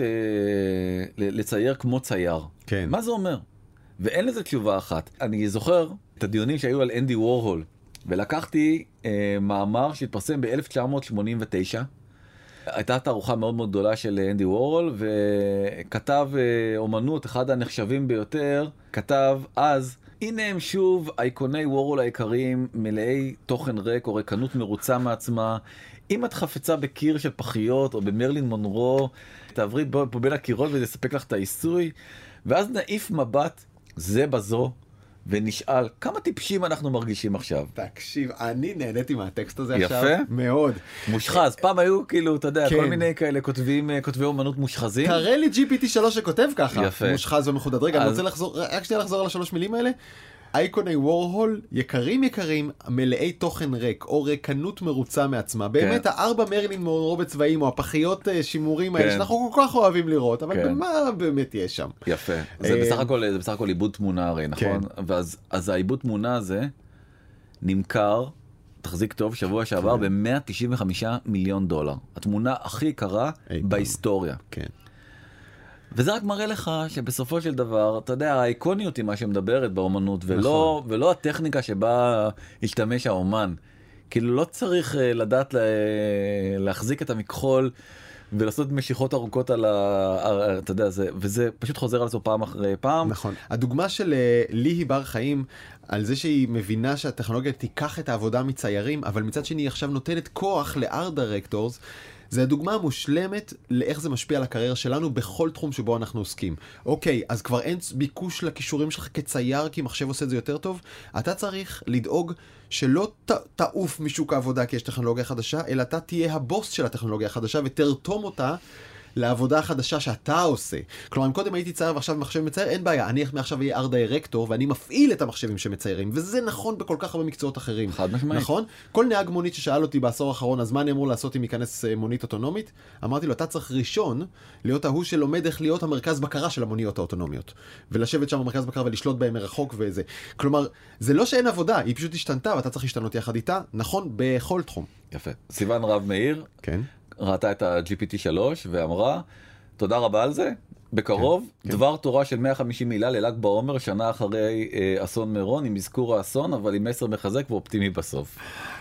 לצייר כמו צייר? כן. מה זה אומר? ואין לזה תשובה אחת. אני זוכר את הדיונים שהיו על אנדי וורהול, ולקחתי אה, מאמר שהתפרסם ב-אלף תשע מאות שמונים ותשע. הייתה תערוכה מאוד מאוד גדולה של אנדי וורהול, וכתב אה, אומנות, אחד הנחשבים ביותר, כתב אז, הנה הם שוב אייקוני וורהול העיקריים, מלאי תוכן ריק או ריקנות מרוצה מעצמה. אם את חפצה בקיר של פחיות או במרלין מונרו, תעברי פה בין הקירות וזה יספק לך את העיסוי, ואז נעיף מבט זה בזו, ונשאל, כמה טיפשים אנחנו מרגישים עכשיו? תקשיב, אני נהניתי מהטקסט הזה יפה? עכשיו. מאוד. מושחז. פעם היו כאילו, אתה יודע, כן. כל מיני כאלה כותבים, כותבי אומנות מושחזים. תראה לי ג'י פי טי שלוש שכותב ככה. יפה. מושחז ומחודד. רגע, אז... אני רוצה לחזור, רק שנייה לחזור על השלוש מילים האלה. אייקוני וורהול, יקרים יקרים, מלאי תוכן ריק, או ריקנות מרוצה מעצמה. באמת, הארבע מרלין מונרו בצבעים, או הפחיות שימורים האלה, שאנחנו כל כך אוהבים לראות, אבל במה באמת יש שם? יפה. זה בסך הכל, זה בסך הכל עיבוד תמונה הרי, נכון? ואז, אז העיבוד תמונה הזה נמכר, תחזיק טוב, שבוע שעבר, ב-מאה תשעים וחמישה מיליון דולר. התמונה הכי יקרה בהיסטוריה. כן. וזה רק מראה לך שבסופו של דבר, אתה יודע, האיקוניות היא מה שמדברת באומנות, ולא, נכון. ולא הטכניקה שבה השתמש האומן. כאילו לא צריך לדעת להחזיק את המכחול ולעשות משיכות ארוכות על ה... אתה יודע, זה, וזה פשוט חוזר על זה פעם אחרי פעם. נכון. הדוגמה של ליהי בר חיים, על זה שהיא מבינה שהטכנולוגיה תיקח את העבודה מציירים, אבל מצד שני היא עכשיו נותנת כוח לארט דירקטורס, זה הדוגמה המושלמת לאיך זה משפיע על הקריירה שלנו בכל תחום שבו אנחנו עוסקים. אוקיי, אז כבר אין ביקוש לכישורים שלך כצייר, כי מחשב עושה את זה יותר טוב. אתה צריך לדאוג שלא ת, תעוף משוק העבודה כי יש טכנולוגיה חדשה, אלא אתה תהיה הבוס של הטכנולוגיה החדשה ותרתום אותה לעבודה החדשה שאתה עושה. כלומר, אם קודם הייתי צייר ועכשיו מחשב מצייר, אין בעיה. אני מעכשיו אהיה ארט דירקטור ואני מפעיל את המחשבים שמציירים, וזה נכון בכל כך הרבה מקצועות אחרים. חד משמעית. נכון? כל נהג מונית ששאל אותי בעשור האחרון, אז מה אני אמור לעשות אם ייכנס מונית אוטונומית? אמרתי לו, אתה צריך ראשון להיות ההוא שלומד איך להיות המרכז בקרה של המוניות האוטונומיות. ולשבת שם במרכז בקרה ולשלוט בהם מרחוק וזה. כלומר, זה לא שאין עבודה, היא פשוט השתנתה ואתה צריך להשתנות יחד איתה. נכון, בכל תחום. יפה. סיוון רהב מאיר. כן. ראתה את ה-ג'י פי טי שלוש ואמרה, תודה רבה על זה, בקרוב, כן, דבר כן. תורה של מאה וחמישים מילה לל"ג בעומר, שנה אחרי אה, אסון מירון, עם אזכור האסון, אבל עם מסר מחזק ואופטימי בסוף.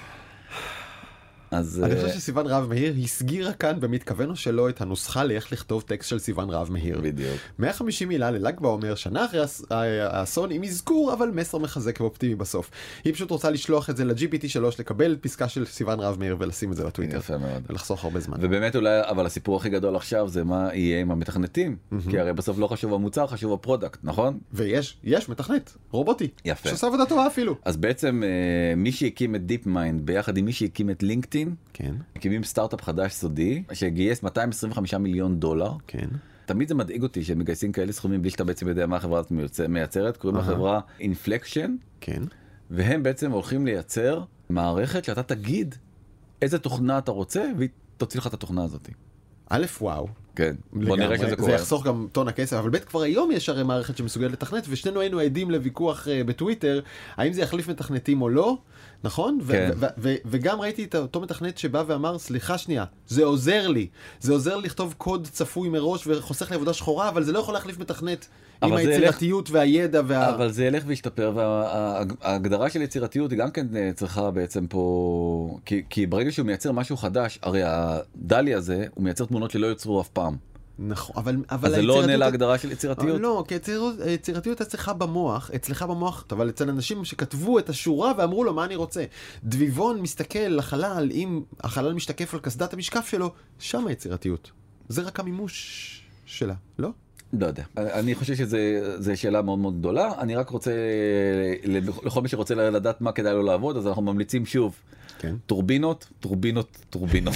אז... אני חושב שסיוון רהב מאיר הסגירה כאן במתכוון או שלא את הנוסחה לאיך לכתוב טקסט של סיוון רהב מאיר. בדיוק. מאה וחמישים מילה לל"ג בעומר, שנה אחרי האסון עם אזכור, אבל מסר מחזק ואופטימי בסוף. היא פשוט רוצה לשלוח את זה ל-ג'י פי טי שלוש, לקבל פסקה של סיוון רהב מאיר ולשים את זה לטוויטר. יפה מאוד. ולחסוך הרבה זמן. ובאמת אולי, אבל הסיפור הכי גדול עכשיו זה מה יהיה עם המתכנתים. כי הרי בסוף לא חשוב המוצר, חשוב הפרודקט, נכון? ויש, יש מתכנת, רובוטי. יפה. שעושה עבודה טובה אפילו. אז בעצם מי שהקים את DeepMind ביחד עם מי שהקים את לינקדאין, כן. מקימים סטארט-אפ חדש סודי, שגייס מאתיים עשרים וחמישה מיליון דולר. כן. תמיד זה מדאיג אותי שהם מגייסים כאלה סכומים בלי שאתה בעצם יודע מה החברה מייצרת, קוראים לחברה Inflection. כן. והם בעצם הולכים לייצר מערכת שאתה תגיד איזה תוכנה אתה רוצה, והיא תוציא לך את התוכנה הזאת. א', וואו. כן, בוא נראה שזה קורה. זה יחסוך גם טון הכסף, אבל בית כבר היום יש הרי מערכת שמסוגלת לתכנת, ושנינו היינו עדים לוויכוח בטוויטר, האם זה יחליף מתכנתים או לא, נכון? כן. וגם ראיתי את אותו מתכנת שבא ואמר, סליחה שנייה, זה עוזר לי, זה עוזר לי לכתוב קוד צפוי מראש וחוסך לי עבודה שחורה, אבל זה לא יכול להחליף מתכנת עם היצירתיות והידע וה... אבל זה ילך וישתפר, וההגדרה של יצירתיות היא גם כן צריכה בעצם פה, כי, כי ברגע שהוא מייצר משהו חדש, הרי הדלי הזה, הוא מייצר תמונות שלא יוצרו אף פעם. נכון, אבל... אבל אז זה לא עונה להגדרה של יצירתיות? לא, כי יצירתיות אצלך במוח, אצלך במוח, אבל אצל אנשים שכתבו את השורה ואמרו לו מה אני רוצה. דביבון מסתכל לחלל, אם החלל משתקף על כסדת המשקף שלו, שם היצירתיות. זה רק המימוש שלה, לא? לא יודע. אני חושב שזו שאלה מאוד מאוד גדולה. אני רק רוצה, לכל מי שרוצה לדעת מה כדאי לו לעבוד, אז אנחנו ממליצים שוב. כן. טורבינות, טורבינות, טורבינות.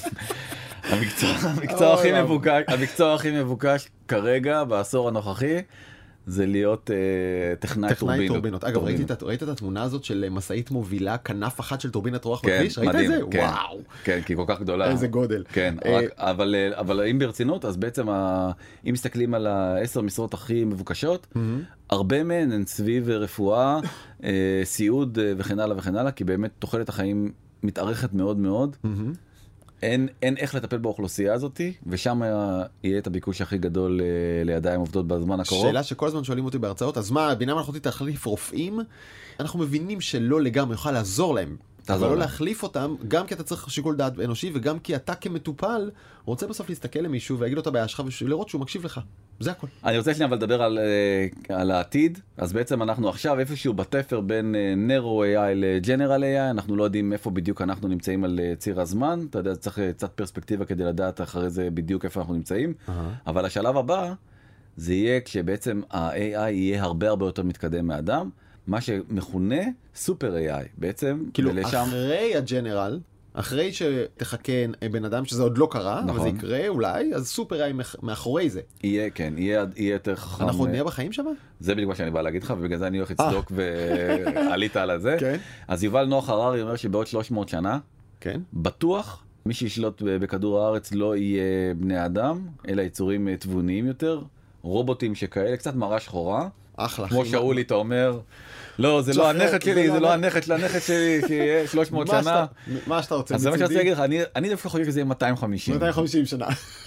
המקצוע, המקצוע הכי מבוקש, המקצוע הכי מבוקש כרגע בעשור הנוכחי זה להיות uh, טכנאי טורבינות. טורבינות. אגב, ראית את, ראית את התמונה הזאת של מסעית מובילה כנף אחת של טורבינת רוח בכביש? ראית את זה? כן, וואו. כן, כי כל כך גדולה. איזה גודל. כן, רק, אבל, אבל אם ברצינות, אז בעצם ה, אם מסתכלים על העשר משרות הכי מבוקשות, mm-hmm. הרבה מהן הן סביב רפואה, אה, סיעוד וכן הלאה וכן הלאה, כי באמת תוחלת החיים מתארכת מאוד מאוד. Mm-hmm. אין, אין איך לטפל באוכלוסייה הזאת, ושם יהיה את הביקוש הכי גדול לידיים עובדות בזמן הקרוב. שאלה שכל הזמן שואלים אותי בהרצאות, אז מה, בינה מלאכותית תחליף רופאים? אנחנו מבינים שלא לגמרי יוכל לעזור להם, אבל לא להחליף אותם, גם כי אתה צריך שיקול דעת אנושי, וגם כי אתה כמטופל רוצה בסוף להסתכל למישהו ולהגיד אותה בעיה שלך ולראות שהוא מקשיב לך. זה הכל. אני רוצה שנייה אבל לדבר על, על העתיד. אז בעצם אנחנו עכשיו איפשהו בתפר בין Narrow איי איי ל-General איי איי, אנחנו לא יודעים איפה בדיוק אנחנו נמצאים על ציר הזמן, אתה יודע, צריך קצת פרספקטיבה כדי לדעת אחרי זה בדיוק איפה אנחנו נמצאים, uh-huh. אבל השלב הבא זה יהיה כשבעצם ה-איי איי יהיה הרבה הרבה יותר מתקדם מאדם, מה שמכונה סופר איי איי בעצם. כאילו ולשם... אחרי הג'נרל, אחרי שתחכה בן אדם שזה עוד לא קרה, נכון. אבל זה יקרה אולי, אז סופר איי מאחורי זה. יהיה, כן, יהיה, יהיה יותר חכם. אנחנו עוד נהיה בחיים שם? זה בדיוק מה שאני בא להגיד לך, ובגלל זה אני הולך לצדוק ועלית על זה. כן. אז יובל נוח הררי אומר שבעוד שלוש מאות שנה, כן. בטוח, מי שישלוט בכדור הארץ לא יהיה בני אדם, אלא יצורים תבוניים יותר, רובוטים שכאלה, קצת מראה שחורה. אחלה. כמו שאולי, אתה אומר, לא, זה לא הנכד שלי, זה לא הנכד של הנכד שלי, שיהיה שלוש מאות שנה. מה שאתה רוצה. אז זה מה שרציתי להגיד לך, אני דווקא חושב שזה יהיה מאתיים וחמישים. מאתיים וחמישים שנה.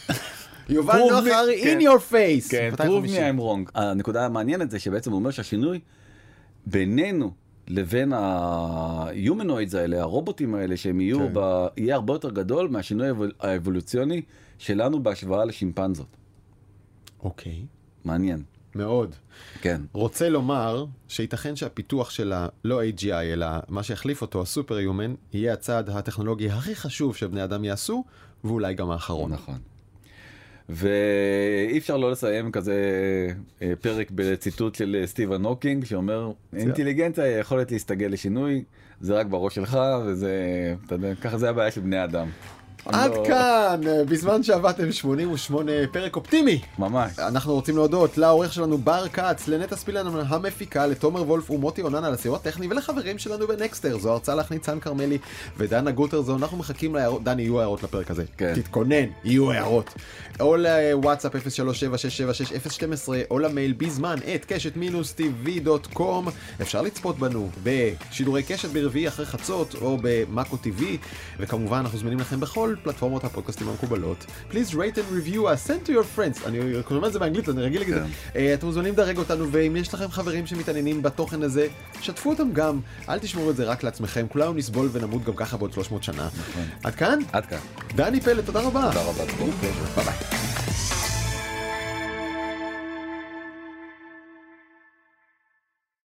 יובל נוח הררי, in your face. כן, prove me I'm wrong. הנקודה המעניינת זה שבעצם הוא אומר שהשינוי בינינו לבין ה-humanoids האלה, הרובוטים האלה, שהם יהיו, יהיה הרבה יותר גדול מהשינוי האבולוציוני שלנו בהשוואה לשימפנזות. אוקיי. מעניין. מאוד. כן. רוצה לומר שייתכן שהפיתוח של לא איי ג'י איי, אלא מה שיחליף אותו, הסופר-יומן, יהיה הצעד הטכנולוגי הכי חשוב שבני אדם יעשו, ואולי גם האחרון. נכון. ואי אפשר לא לסיים כזה פרק בציטוט של סטיבן הוקינג, שאומר, אינטליגנציה היא יכולת להסתגל לשינוי, זה רק בראש שלך, וזה, אתה יודע, ככה זה הבעיה של בני אדם. עד כאן, בזמן שעבדתם שמונים ושמונה, פרק אופטימי. ממש. אנחנו רוצים להודות לעורך שלנו בר קץ, לנטע ספילן המפיקה, לתומר וולף ומוטי עונן על הסיוע הטכני, ולחברים שלנו בנקסטר, זו הרצאה לך ניצן קרמלי ודנה גוטרזון. אנחנו מחכים להערות, דני, יהיו הערות לפרק הזה. כן. תתכונן, יהיו הערות. או לוואטסאפ אפס שלוש שבע שש שבע שש אפס שתים עשרה, או למייל בזמן את קשת מינוס טי וי דוט קום. אפשר לצפות בנו בשידורי קשת ברביעי אחרי חצות, או במאקו טי וי, וכמובן אנחנו זמינים לכם בכל פלטפורמות הפודקאסטים המקובלות. Please rate and review us, send to your friends. אני אומר את זה באנגלית, אני רגיל להגיד. אתם מוזמנים לדרג אותנו, ואם יש לכם חברים שמתעניינים בתוכן הזה, שתפו אותם גם. אל תשמרו את זה רק לעצמכם. כולנו נסבול ונמות גם ככה בעוד שלוש מאות שנה. עד כאן? עד כאן. דני פלד, תודה רבה. תודה רבה. ביי ביי.